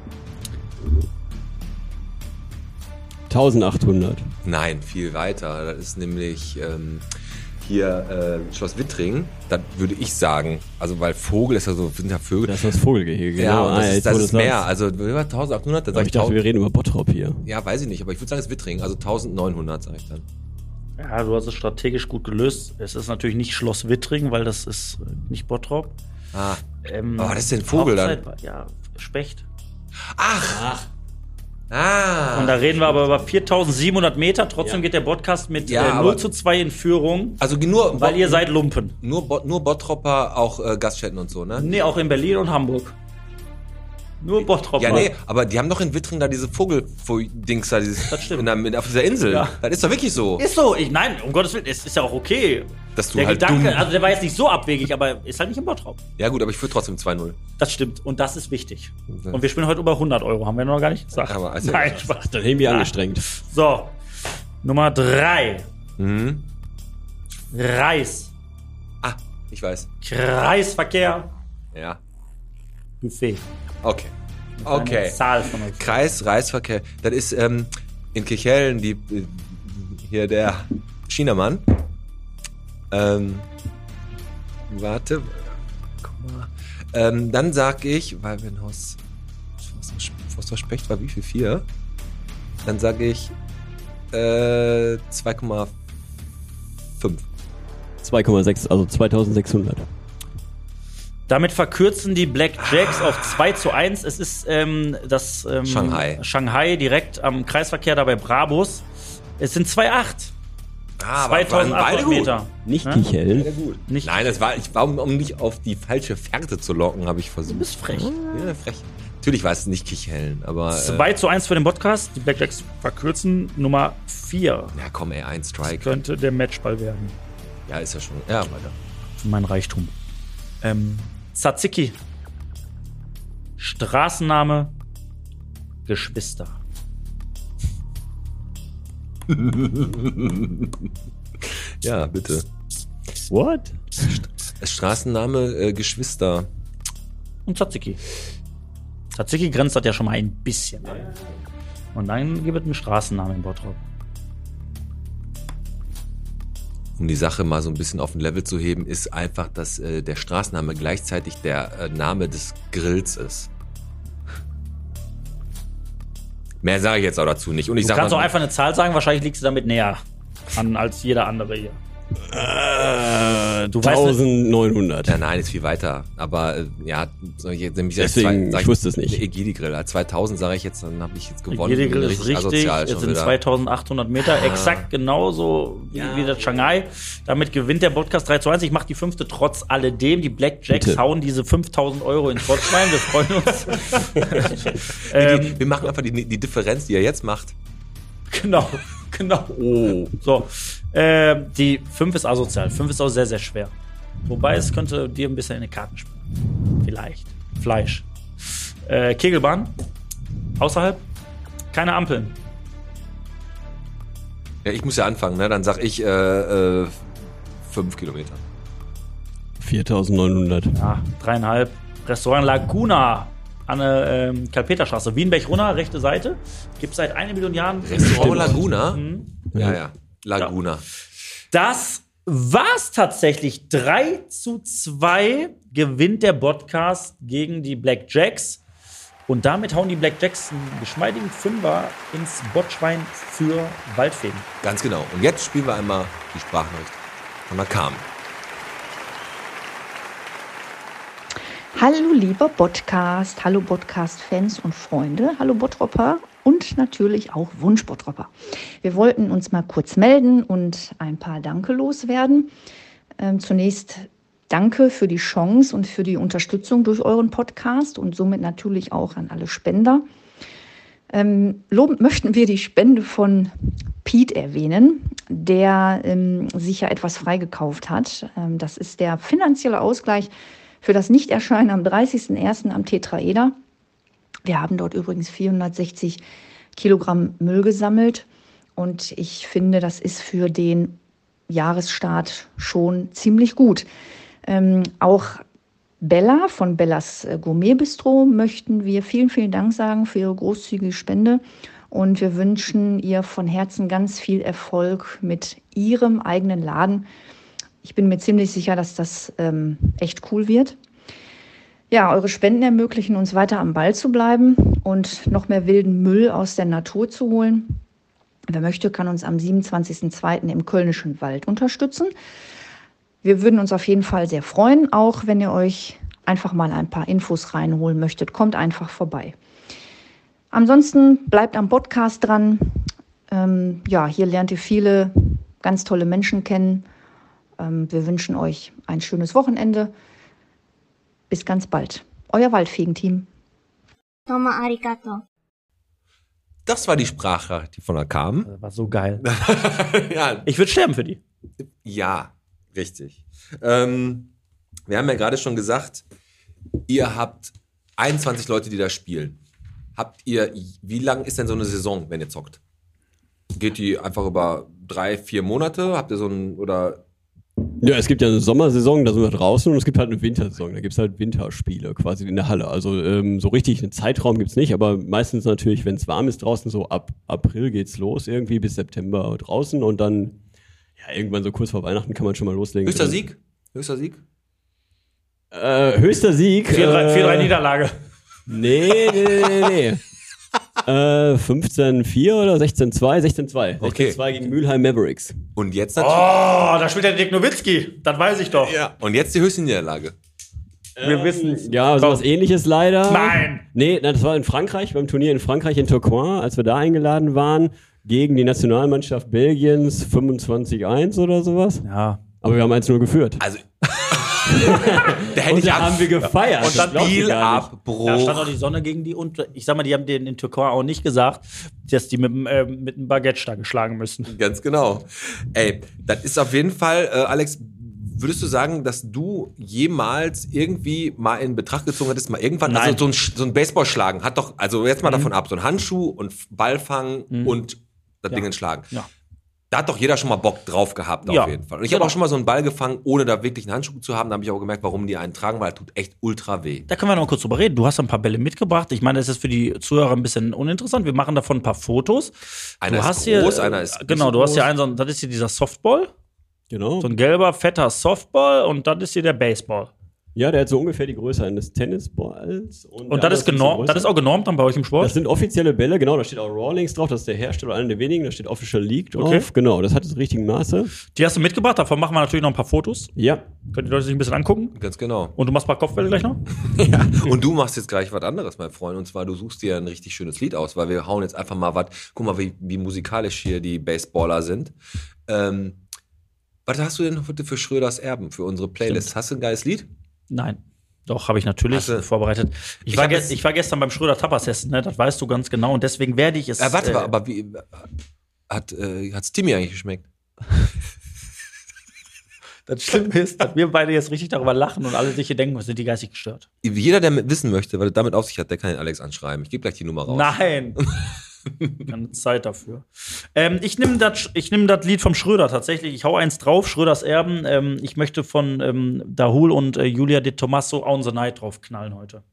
1800. Nein, viel weiter. Das ist nämlich hier Schloss Wittring. Das würde ich sagen. Also, weil Vogel ist ja so, sind ja Vögel. Das ist das Vogelgehege. ja, genau. und das jetzt, ist, das wo du ist mehr. sagst. Also, über 1800, dann Aber sag ich dachte, wir reden über Bottrop hier. ja, weiß ich nicht, aber ich würde sagen, es ist Wittring. Also 1900, sage ich dann. Ja, du hast es strategisch gut gelöst. Es ist natürlich nicht Schloss Wittring, weil das ist nicht Bottrop. Ah. Aber was ist denn Vogel dann? Ja, Specht. Ach. Ah. Und da reden wir aber über 4700 Meter. Trotzdem geht der Podcast mit Ja, 0:2 in Führung, Also nur, weil ihr seid Lumpen. nur Bottropper, auch Gaststätten und so, ne? Nee, auch in Berlin und Hamburg. Nur Bottrop. Ja, nee, aber die haben doch in Wittring da diese Vogel-Dings da, dieses, Das stimmt. auf dieser Insel. Ja. Das ist doch wirklich so. Ist so. Nein, um Gottes Willen, es ist ja auch okay. Dass du Der halt Gedanke, dumm- also der war jetzt nicht so abwegig, aber ist halt nicht in Bottrop. Ja gut, aber ich führe trotzdem 2-0. Das stimmt. Und das ist wichtig. Und wir spielen heute über 100 Euro. Haben wir noch gar nicht gesagt. Aber also- Nein, Spaß. Dann irgendwie angestrengt. So. Nummer 3. Mhm. Reis. Ah, ich weiß. Kreisverkehr. Ja. Buffet. Okay. Eine Okay. Zahl von uns. Reisverkehr. Das ist in Kirchhellen hier der Chinamann. Warte. Guck mal. Dann sag ich, weil wir ein Haus Forster Specht war wie viel? 4? Dann sag ich 2,5. 2,6, also 2600. Damit verkürzen die Black Jacks auf 2:1. Es ist das Shanghai direkt am Kreisverkehr da bei Brabus. Es sind 2,8. Ah, aber waren beide 2800 gut. Meter. Nicht Ja? Kirchhellen. Nicht. Nein, das war, um nicht auf die falsche Fährte zu locken, habe ich versucht. Du bist frech. Ja, frech. Natürlich war es nicht Kichellen, aber. 2:1 für den Podcast. Die Blackjacks verkürzen. Nummer 4. Ja, komm, ey, ein Strike. Könnte der Matchball werden. Ja, ist ja schon. Ja, weiter. Mein Reichtum. Tzatziki. Straßenname. Geschwister. Ja, bitte. What? Straßenname, Geschwister. Und Tzatziki. Tzatziki grenzt das ja schon mal ein bisschen an. Und dann gibt es einen Straßennamen in Bottrop. Um die Sache mal so ein bisschen auf ein Level zu heben, ist einfach, dass der Straßenname gleichzeitig der Name des Grills ist. Mehr sage ich jetzt auch dazu nicht. Und ich Du kannst auch einfach eine Zahl sagen, wahrscheinlich liegst du damit näher an als jeder andere hier. Du weißt 1900. Ja, nein, ist viel weiter. Aber ja, soll ich jetzt nämlich Deswegen, ich wusste es nicht. Egidi-Grill. 2000 sage ich jetzt, dann habe ich jetzt gewonnen. Jede Grill ist richtig, asozial es schon sind wieder. 2800 Meter, exakt genauso wie das Shanghai. Damit gewinnt der Podcast 3:1. Ich mache die 5. trotz alledem. Die Blackjacks Bitte. hauen diese 5.000 Euro ins Botschwein. Wir freuen uns. Wir machen einfach die Differenz, die er jetzt macht. Genau. Oh. So, die 5 ist asozial. 5 ist auch sehr, sehr schwer. Wobei, es könnte dir ein bisschen in die Karten spielen. Vielleicht. Fleisch. Kegelbahn. Außerhalb. Keine Ampeln. Ja, ich muss ja anfangen, ne? Dann sag ich 5 Kilometer. 4900. Ja, 3,5. Restaurant Laguna an der Kalpeterstraße. Wienberg-Runner, rechte Seite. Gibt seit 1 Million Jahren. Restaurant Laguna? Mhm. Ja. Laguna. Das war's tatsächlich. 3:2 gewinnt der Podcast gegen die Blackjacks. Und damit hauen die Blackjacks einen geschmeidigen Fünfer ins Botschwein für Waldfegen. Ganz genau. Und jetzt spielen wir einmal die Sprachnachricht von der Carmen. Hallo lieber Podcast, hallo Podcast-Fans und Freunde, hallo Bottropper und natürlich auch Wunsch-Bottropper. Wir wollten uns mal kurz melden und ein paar Danke loswerden. Zunächst danke für die Chance und für die Unterstützung durch euren Podcast und somit natürlich auch an alle Spender. Lobend möchten wir die Spende von Pete erwähnen, der sich ja etwas freigekauft hat. Das ist der finanzielle Ausgleich für das Nichterscheinen am 30.01. am Tetraeder. Wir haben dort übrigens 460 Kilogramm Müll gesammelt und ich finde, das ist für den Jahresstart schon ziemlich gut. Auch Bella von Bellas Gourmet Bistro möchten wir vielen, vielen Dank sagen für ihre großzügige Spende und wir wünschen ihr von Herzen ganz viel Erfolg mit ihrem eigenen Laden. Ich bin mir ziemlich sicher, dass das echt cool wird. Ja, eure Spenden ermöglichen uns weiter am Ball zu bleiben und noch mehr wilden Müll aus der Natur zu holen. Wer möchte, kann uns am 27.02. im Kölnischen Wald unterstützen. Wir würden uns auf jeden Fall sehr freuen, auch wenn ihr euch einfach mal ein paar Infos reinholen möchtet. Kommt einfach vorbei. Ansonsten bleibt am Podcast dran. Hier lernt ihr viele ganz tolle Menschen kennen. Wir wünschen euch ein schönes Wochenende. Bis ganz bald. Euer Waldfegen-Team. Domo arigato. Das war die Sprache, die von der Carmen. Das war so geil. Ja, Ich würde sterben für die. ja, richtig. Wir haben ja gerade schon gesagt, ihr habt 21 Leute, die da spielen. Wie lang ist denn so eine Saison, wenn ihr zockt? Geht die einfach über 3-4 Monate? Habt ihr oder? Ja, es gibt ja eine Sommersaison, da sind wir draußen und es gibt halt eine Wintersaison, da gibt es halt Winterspiele quasi in der Halle. Also so richtig einen Zeitraum gibt's nicht, aber meistens natürlich, wenn es warm ist draußen, so ab April geht's los irgendwie bis September draußen und dann ja irgendwann so kurz vor Weihnachten kann man schon mal loslegen. Höchster Sieg? Höchster Sieg? 4-3 Niederlage. Nee. 15-4 oder 16-2? 16-2. Okay. 16-2 gegen Mülheim Mavericks. Und jetzt natürlich. Oh, da spielt der Dirk Nowitzki. Das weiß ich doch. Ja. Und jetzt die höchste Niederlage. Wir wissen. Ja, sowas ähnliches leider. Nein. Nee, das war in Frankreich, beim Turnier in Frankreich in Tourcoing, als wir da eingeladen waren, gegen die Nationalmannschaft Belgiens 25-1 oder sowas. Ja. Aber wir haben 1-0 geführt. Also, Und da haben wir gefeiert. Und dann Spielabbruch. Da stand auch die Sonne gegen die und ich sag mal, die haben denen in Türkei auch nicht gesagt, dass die mit einem Baguette schlagen müssen. Ganz genau. Ey, das ist auf jeden Fall, Alex, würdest du sagen, dass du jemals irgendwie mal in Betracht gezogen hättest, mal irgendwann, Nein. also so ein Baseball-Schlagen hat doch, also jetzt mal davon ab, so ein Handschuh und Ball fangen und das Ding schlagen. Ja. Da hat doch jeder schon mal Bock drauf gehabt, auf Ja. jeden Fall. Und ich habe auch schon mal so einen Ball gefangen, ohne da wirklich einen Handschuh zu haben. Da habe ich auch gemerkt, warum die einen tragen, weil er tut echt ultra weh. Da können wir noch kurz drüber reden. Du hast ein paar Bälle mitgebracht. Ich meine, das ist für die Zuhörer ein bisschen uninteressant. Wir machen davon ein paar Fotos. Einer du ist hast groß, hier, einer ist nicht genau, so du hast hier groß. einen, so einen, das ist hier dieser Softball. Genau. So ein gelber, fetter Softball und das ist hier der Baseball. Ja, der hat so ungefähr die Größe eines Tennisballs. Und das ist genormt, das ist auch genormt dann bei euch im Sport? Das sind offizielle Bälle, genau, da steht auch Rawlings drauf, das ist der Hersteller, einer der wenigen, da steht Official League drauf. Okay. Genau, das hat das richtige Maße. Die hast du mitgebracht, davon machen wir natürlich noch ein paar Fotos. Ja. Können die Leute sich ein bisschen angucken. Ganz genau. Und du machst ein paar Kopfbälle gleich noch? Ja. Und du machst jetzt gleich was anderes, mein Freund. Und zwar, du suchst dir ein richtig schönes Lied aus, weil wir hauen jetzt einfach mal was. Guck mal, wie musikalisch hier die Baseballer sind. Was hast du denn heute für Schröders Erben, für unsere Playlist? Stimmt. Hast du ein geiles Lied? Nein. Doch, habe ich natürlich Hast du- vorbereitet. Ich war gestern beim Schröder Tapas-Essen, ne? Das weißt du ganz genau. Und deswegen werde ich es. Warte mal, aber wie hat's Timmy eigentlich geschmeckt? Das Schlimme ist, dass wir beide jetzt richtig darüber lachen und alle sich hier denken, sind die geistig gestört. Jeder, der wissen möchte, was es damit auf sich hat, der kann den Alex anschreiben. Ich gebe gleich die Nummer raus. Nein. Keine Zeit dafür. Ich nehme das Lied vom Schröder tatsächlich. Ich hau eins drauf, Schröders Erben. Ich möchte von Dahul und Julia de Tomaso On the Night drauf knallen heute.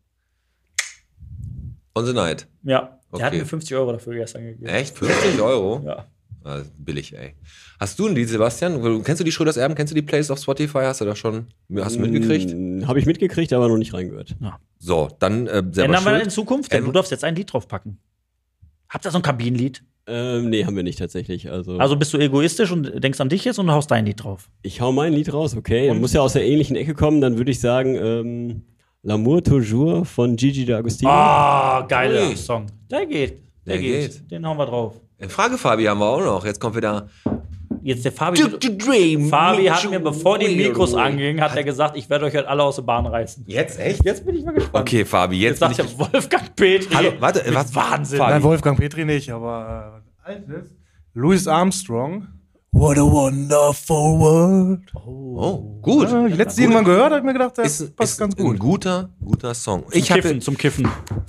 On the Night. Ja, Okay. der hat mir 50 € dafür gestern gegeben. Echt? 50 €? Ja. Ah, billig, ey. Hast du ein Lied, Sebastian? Kennst du die Schröders Erben? Kennst du die Playlist auf Spotify? Hast du mitgekriegt? Habe ich mitgekriegt, aber noch nicht reingehört. So, dann selber Ändern wir schuld. in Zukunft? Denn du darfst jetzt ein Lied draufpacken. Habt ihr so ein Kabinenlied? Nee, haben wir nicht tatsächlich. Also bist du egoistisch und denkst an dich jetzt und haust dein Lied drauf? Ich hau mein Lied raus, okay. Dann muss ja aus der ähnlichen Ecke kommen, dann würde ich sagen, L'amour toujours von Gigi D'Agostino. Ah, geiler Ui. Song. Der geht. Der geht. Den hauen wir drauf. Frage Fabi haben wir auch noch. Jetzt kommt wieder. Jetzt der Fabi. Fabi hat mir, bevor die Mikros angingen, hat er gesagt, ich werde euch heute alle aus der Bahn reißen. Jetzt echt? Jetzt bin ich mal gespannt. Okay, Fabi, Jetzt jetzt sagt bin der Wolfgang Petri. Hallo, warte, mit was? Wahnsinn. Fabi. Nein, Wolfgang Petri nicht, aber altes. Louis Armstrong. What a wonderful world. Oh, gut. Ja, ich letztens irgendwann gehört, habe ich mir gedacht, das passt ganz ein gut. guter Song. Zum Kiffen.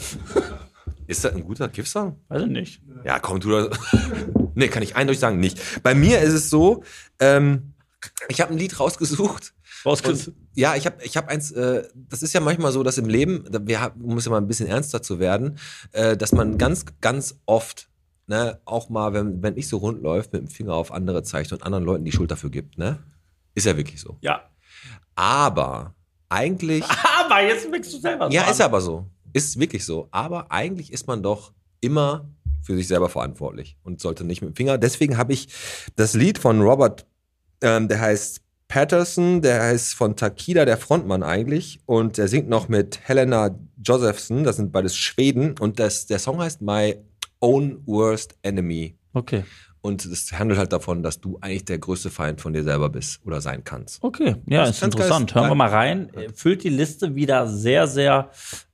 Ist das ein guter Kiff-Song? Weiß ich nicht. Ja, komm, tu das. Nee, kann ich eindeutig sagen, nicht. Bei mir ist es so, ich habe ein Lied rausgesucht. Und, ja, ich hab eins, das ist ja manchmal so, dass im Leben, um es ja mal ein bisschen ernster zu werden, dass man ganz, ganz oft, ne, auch mal, wenn ich so rund läuft, mit dem Finger auf andere zeigt und anderen Leuten die Schuld dafür gibt, ne? Ist ja wirklich so. Ja. Aber eigentlich. Aber jetzt wächst du selber so Ja, an. ist aber so. Ist wirklich so. Aber eigentlich ist man doch immer für sich selber verantwortlich und sollte nicht mit dem Finger. Deswegen habe ich das Lied von Robert, der heißt Patterson, der heißt von Takida, der Frontmann eigentlich. Und der singt noch mit Helena Josephson, das sind beides Schweden. Und der Song heißt My Own Worst Enemy. Okay. Und es handelt halt davon, dass du eigentlich der größte Feind von dir selber bist oder sein kannst. Okay, ja, Das ist ist ganz interessant. geil. Hören wir mal rein. Füllt die Liste wieder sehr, sehr,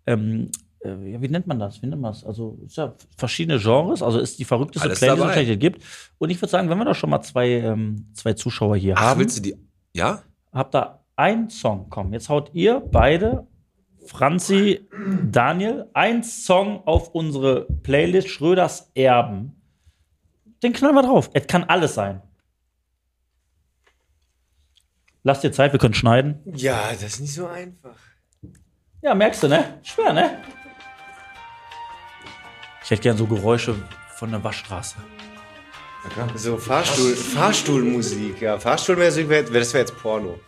wie nennt man das? Wie nennt man das? Also, ist ja verschiedene Genres, also ist die verrückteste Alles Playlist, dabei. die es gibt. Und ich würde sagen, wenn wir doch schon mal zwei Zuschauer hier Ach, haben, willst du die? Ja? habt da einen Song. Komm, jetzt haut ihr beide, Franzi, Daniel, ein Song auf unsere Playlist Schröders Erben. Den knallen wir drauf. Es kann alles sein. Lass dir Zeit, wir können schneiden. Ja, das ist nicht so einfach. Ja, merkst du, ne? Schwer, ne? Ich hätte gern so Geräusche von der Waschstraße. So Fahrstuhlmusik, ja. Fahrstuhlmusik, das wäre jetzt Porno.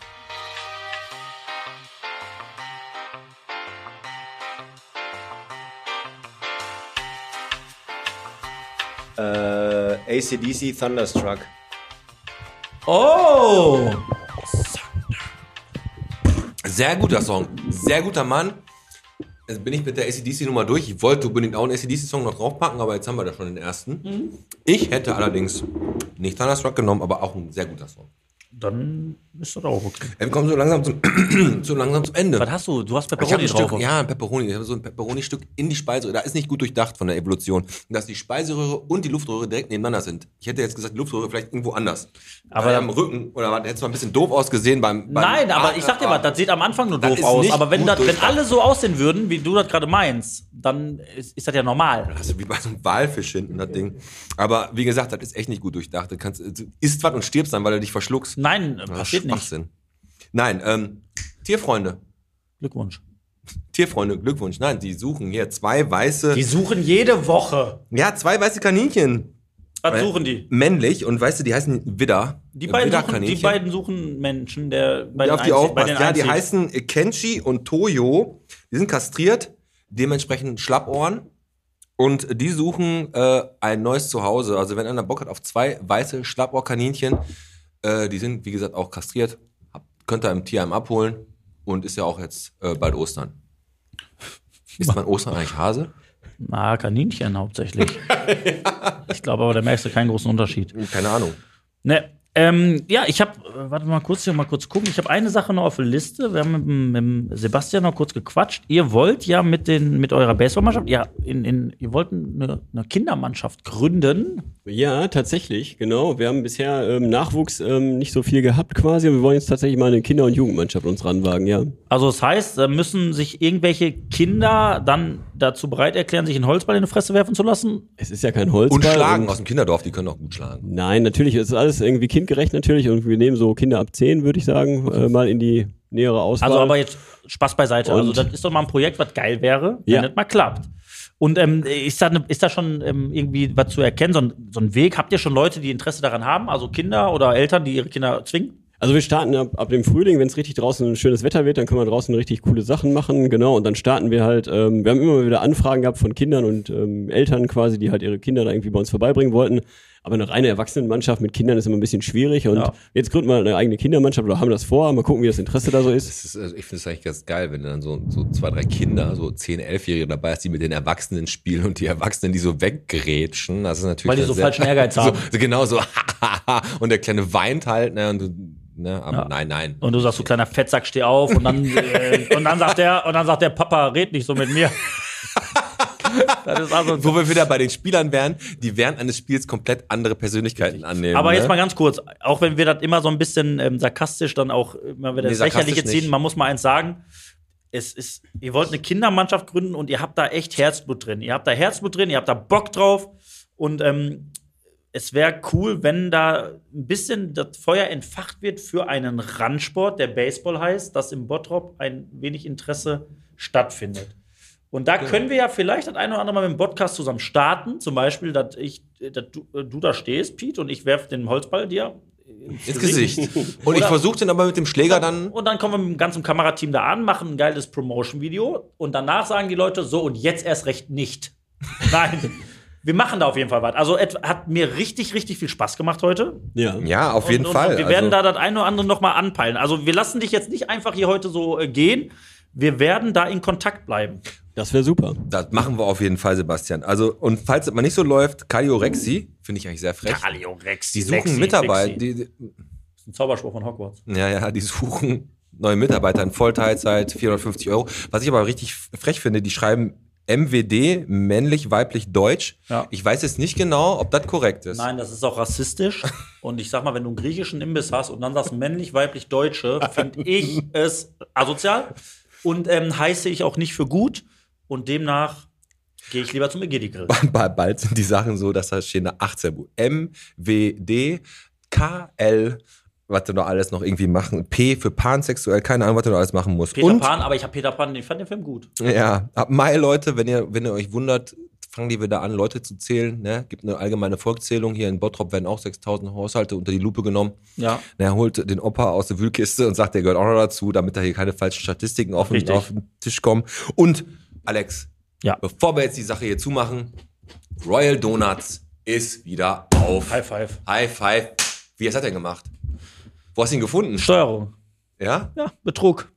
AC/DC Thunderstruck. Oh! Sehr guter Song. Sehr guter Mann. Jetzt bin ich mit der AC/DC-Nummer durch. Ich wollte unbedingt auch einen AC/DC-Song noch draufpacken, aber jetzt haben wir da schon den ersten. Ich hätte allerdings nicht Thunderstruck genommen, aber auch ein sehr guter Song. Dann Ist doch auch okay. Wir kommen so langsam zum Ende. Was hast du? Du hast Ich habe Pepperoni ein drauf. Stück, ja, ein Pepperoni. Ich habe so ein Pepperoni-Stück in die Speiseröhre. Da ist nicht gut durchdacht von der Evolution, dass die Speiseröhre und die Luftröhre direkt nebeneinander sind. Ich hätte jetzt gesagt, die Luftröhre vielleicht irgendwo anders. Aber am Rücken oder was, hätte es mal ein bisschen doof ausgesehen beim Nein, aber ich sag dir was, das sieht am Anfang nur Das doof ist aus. nicht Aber wenn gut wenn durchdacht. alle so aussehen würden, wie du das gerade meinst, dann ist das ja normal. Das ist wie bei so einem Walfisch hinten, das Ding. Aber wie gesagt, das ist echt nicht gut durchdacht. Du isst was und stirbst dann, weil du dich verschluckst. Nein, passiert nicht. Schwachsinn. Nein, Tierfreunde. Glückwunsch. Tierfreunde, Glückwunsch. Nein, die suchen hier 2 weiße. Die suchen jede Woche. Ja, 2 weiße Kaninchen. Was suchen die? Männlich und weißt du, die heißen Widder. Die beiden suchen Menschen, der bei den auf die aufpasst. Ja, die einzigen. heißen Kenshi und Toyo. Die sind kastriert, dementsprechend Schlappohren. Und die suchen ein neues Zuhause. Also wenn einer Bock hat auf 2 weiße Schlappohrkaninchen, die sind, wie gesagt, auch kastriert. Könnt ihr im Tierheim abholen. Und ist ja auch jetzt bald Ostern. Ist man Ostern eigentlich Hase? Na, Kaninchen hauptsächlich. Ich glaube aber, da merkst du keinen großen Unterschied. Keine Ahnung. Ne, ja, ich habe, warte mal kurz gucken. Ich habe eine Sache noch auf der Liste. Wir haben mit dem Sebastian noch kurz gequatscht. Ihr wollt ja mit eurer Baseballmannschaft, ja, ihr wollt eine Kindermannschaft gründen. Ja, tatsächlich, genau. Wir haben bisher Nachwuchs nicht so viel gehabt quasi. Wir wollen jetzt tatsächlich mal eine Kinder- und Jugendmannschaft uns ranwagen, ja. Also das heißt, müssen sich irgendwelche Kinder dann dazu bereit erklären, sich einen Holzball in die Fresse werfen zu lassen? Es ist ja kein Holzball. Und schlagen aus dem Kinderdorf, die können auch gut schlagen. Nein, natürlich, es ist alles irgendwie kindgerecht natürlich und wir nehmen so Kinder ab 10, würde ich sagen, mal in die nähere Auswahl. Also aber jetzt Spaß beiseite. Und Also das ist doch mal ein Projekt, was geil wäre, wenn Ja. das mal klappt. Und ist da schon irgendwie was zu erkennen, so ein Weg? Habt ihr schon Leute, die Interesse daran haben? Also Kinder oder Eltern, die ihre Kinder zwingen? Also wir starten ab dem Frühling, wenn es richtig draußen ein schönes Wetter wird, dann können wir draußen richtig coole Sachen machen, genau, und dann starten wir halt, wir haben immer wieder Anfragen gehabt von Kindern und Eltern quasi, die halt ihre Kinder da irgendwie bei uns vorbeibringen wollten, aber eine reine Erwachsenenmannschaft mit Kindern ist immer ein bisschen schwierig und jetzt gründen wir eine eigene Kindermannschaft oder haben das vor, mal gucken, wie das Interesse da so ist. Also ich finde es eigentlich ganz geil, wenn du dann so 2, 3 Kinder, so 10-, 11-Jährige dabei hast, die mit den Erwachsenen spielen und die Erwachsenen, die so weggrätschen. Das ist natürlich Weil die so falschen Ehrgeiz haben. So, genau so, und der Kleine weint halt, ne, und du, ne, aber nein. Und du sagst, du kleiner Fettsack, steh auf und dann, und dann sagt der Papa, red nicht so mit mir. Das ist also Wo wir wieder bei den Spielern wären, die während eines Spiels komplett andere Persönlichkeiten annehmen. Aber ne? jetzt mal ganz kurz, auch wenn wir das immer so ein bisschen sarkastisch dann auch immer wieder das sarkastisch Lächerliche ziehen, nicht. man muss mal eins sagen, ihr wollt eine Kindermannschaft gründen und ihr habt da echt Herzblut drin. Ihr habt da Herzblut drin, ihr habt da Bock drauf und es wäre cool, wenn da ein bisschen das Feuer entfacht wird für einen Randsport, der Baseball heißt, dass im Bottrop ein wenig Interesse stattfindet. Und da können wir ja vielleicht das eine oder andere Mal mit dem Podcast zusammen starten. Zum Beispiel, dass du da stehst, Pete, und ich werfe den Holzball dir ins Gesicht. Und ich versuche den aber mit dem Schläger dann. Und dann kommen wir mit dem ganzen Kamerateam da an, machen ein geiles Promotion-Video und danach sagen die Leute so, und jetzt erst recht nicht. Nein, wir machen da auf jeden Fall was. Also hat mir richtig, richtig viel Spaß gemacht heute. Ja, auf jeden Fall. Und wir werden da das eine oder andere noch mal anpeilen. Also wir lassen dich jetzt nicht einfach hier heute so gehen. Wir werden da in Kontakt bleiben. Das wäre super. Das machen wir auf jeden Fall, Sebastian. Also, und falls es mal nicht so läuft, Kaliorexi, finde ich eigentlich sehr frech. Kaliorexi. Die suchen Mitarbeiter. Das ist ein Zauberspruch von Hogwarts. Ja, die suchen neue Mitarbeiter in Vollteilzeit, 450 €. Was ich aber richtig frech finde, die schreiben MWD, männlich, weiblich, deutsch. Ja. Ich weiß jetzt nicht genau, ob das korrekt ist. Nein, das ist auch rassistisch. Und ich sag mal, wenn du einen griechischen Imbiss hast und dann sagst männlich, weiblich, deutsche, finde ich es asozial. Und heiße ich auch nicht für gut. Und demnach gehe ich lieber zum Egidi-Grill. Bald sind die Sachen so, dass da stehen 18 MWD, KL, was du noch alles noch irgendwie machen. P für pansexuell, keine Ahnung, was du noch alles machen musst. Peter Pan, aber ich habe Peter Pan, ich fand den Film gut. Ja, ab Mai, Leute, wenn ihr euch wundert, fangen die wieder an, Leute zu zählen. Ne? Gibt eine allgemeine Volkszählung. Hier in Bottrop werden auch 6.000 Haushalte unter die Lupe genommen. Ja. Er holt den Opa aus der Wühlkiste und sagt, der gehört auch noch dazu, damit da hier keine falschen Statistiken auf den Tisch kommen. Und, Alex, bevor wir jetzt die Sache hier zumachen, Royal Donuts ist wieder auf. High five. High five. Wie hast du das denn gemacht? Wo hast du ihn gefunden? Steuerung. Ja? Ja, Betrug.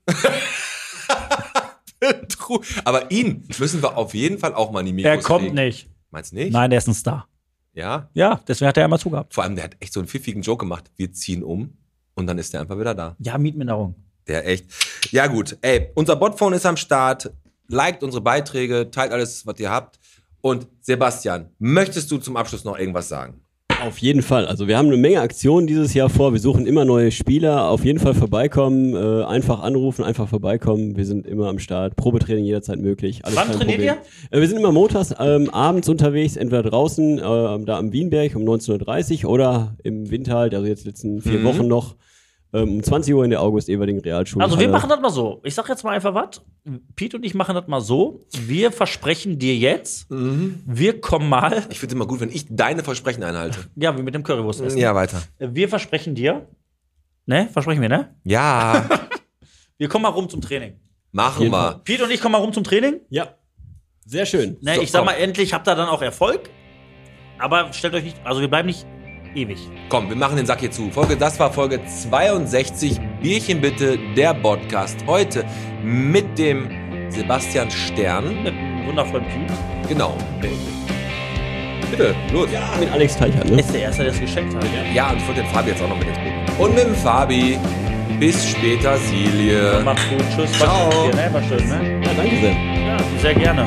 Aber ihn müssen wir auf jeden Fall auch mal in die Mikros Er kommt legen. nicht. Meinst du nicht? Nein, der ist ein Star. Ja? Ja, deswegen hat er einmal zugehabt. Vor allem, der hat echt so einen pfiffigen Joke gemacht. Wir ziehen um. und dann ist der einfach wieder da. Ja, Mietminderung. Der echt. Ja gut, ey, unser Botphone ist am Start. Liked unsere Beiträge, teilt alles, was ihr habt. Und Sebastian, möchtest du zum Abschluss noch irgendwas sagen? Auf jeden Fall. Also wir haben eine Menge Aktionen dieses Jahr vor. Wir suchen immer neue Spieler. Auf jeden Fall vorbeikommen. Einfach anrufen, einfach vorbeikommen. Wir sind immer am Start. Probetraining jederzeit möglich. Alles Wann trainiert ihr? Wir sind immer montags abends unterwegs, entweder draußen da am Wienberg um 19:30 Uhr oder im Winter halt, also jetzt letzten 4 Wochen noch, um 20 Uhr in der August-Ewerding Realschule. Also wir machen das mal so. Ich sag jetzt mal einfach was. Pete und ich machen das mal so. Wir versprechen dir jetzt, wir kommen mal. Ich finde es immer gut, wenn ich deine Versprechen einhalte. Ja, wie mit dem Currywurstessen. Ja, weiter. Wir versprechen dir. Ne? Versprechen wir, ne? Ja. Wir kommen mal rum zum Training. Machen wir. Pete und ich kommen mal rum zum Training. Ja. Sehr schön. Ne, So, ich sag komm. mal, endlich habt ihr dann auch Erfolg. Aber stellt euch nicht, also wir bleiben nicht ewig. Komm, wir machen den Sack hier zu. Das war Folge 62. Bierchen bitte, der Podcast. Heute mit dem Sebastian Stern. Mit einem wundervollen Pete. Genau. Bitte, los. Ja, mit Alex Teichert, ne? Ist der Erste, der es geschenkt hat. Ja, und ich wollte den Fabi jetzt auch noch mit ins Boot. Und mit dem Fabi. Bis später, Silje. Macht's gut. Tschüss. Ciao. War schön mit dir, ne? War schön, ne? Ja, danke sehr. Ja, sehr gerne.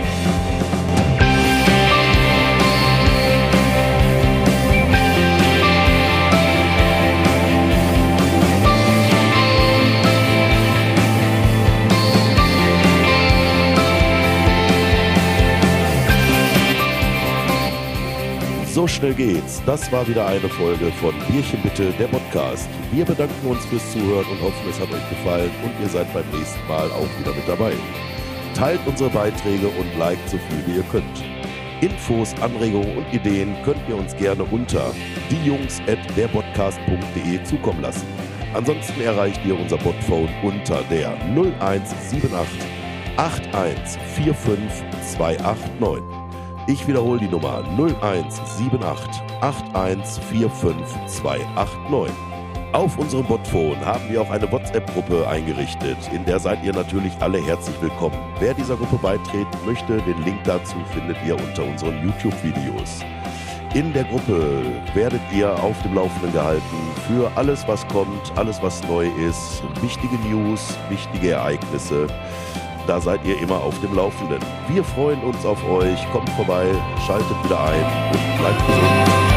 So schnell geht's. Das war wieder eine Folge von Bierchen bitte, der Podcast. Wir bedanken uns fürs Zuhören und hoffen, es hat euch gefallen und ihr seid beim nächsten Mal auch wieder mit dabei. Teilt unsere Beiträge und liked so viel wie ihr könnt. Infos, Anregungen und Ideen könnt ihr uns gerne unter diejungs@derpodcast.de zukommen lassen. Ansonsten erreicht ihr unser Botphone unter der 0178 8145 289. Ich wiederhole die Nummer 0178 8145 289. Auf unserem Botphone haben wir auch eine WhatsApp-Gruppe eingerichtet. In der seid ihr natürlich alle herzlich willkommen. Wer dieser Gruppe beitreten möchte, den Link dazu findet ihr unter unseren YouTube-Videos. In der Gruppe werdet ihr auf dem Laufenden gehalten für alles, was kommt, alles, was neu ist, wichtige News, wichtige Ereignisse. Da seid ihr immer auf dem Laufenden. Wir freuen uns auf euch. Kommt vorbei, schaltet wieder ein und bleibt gesund.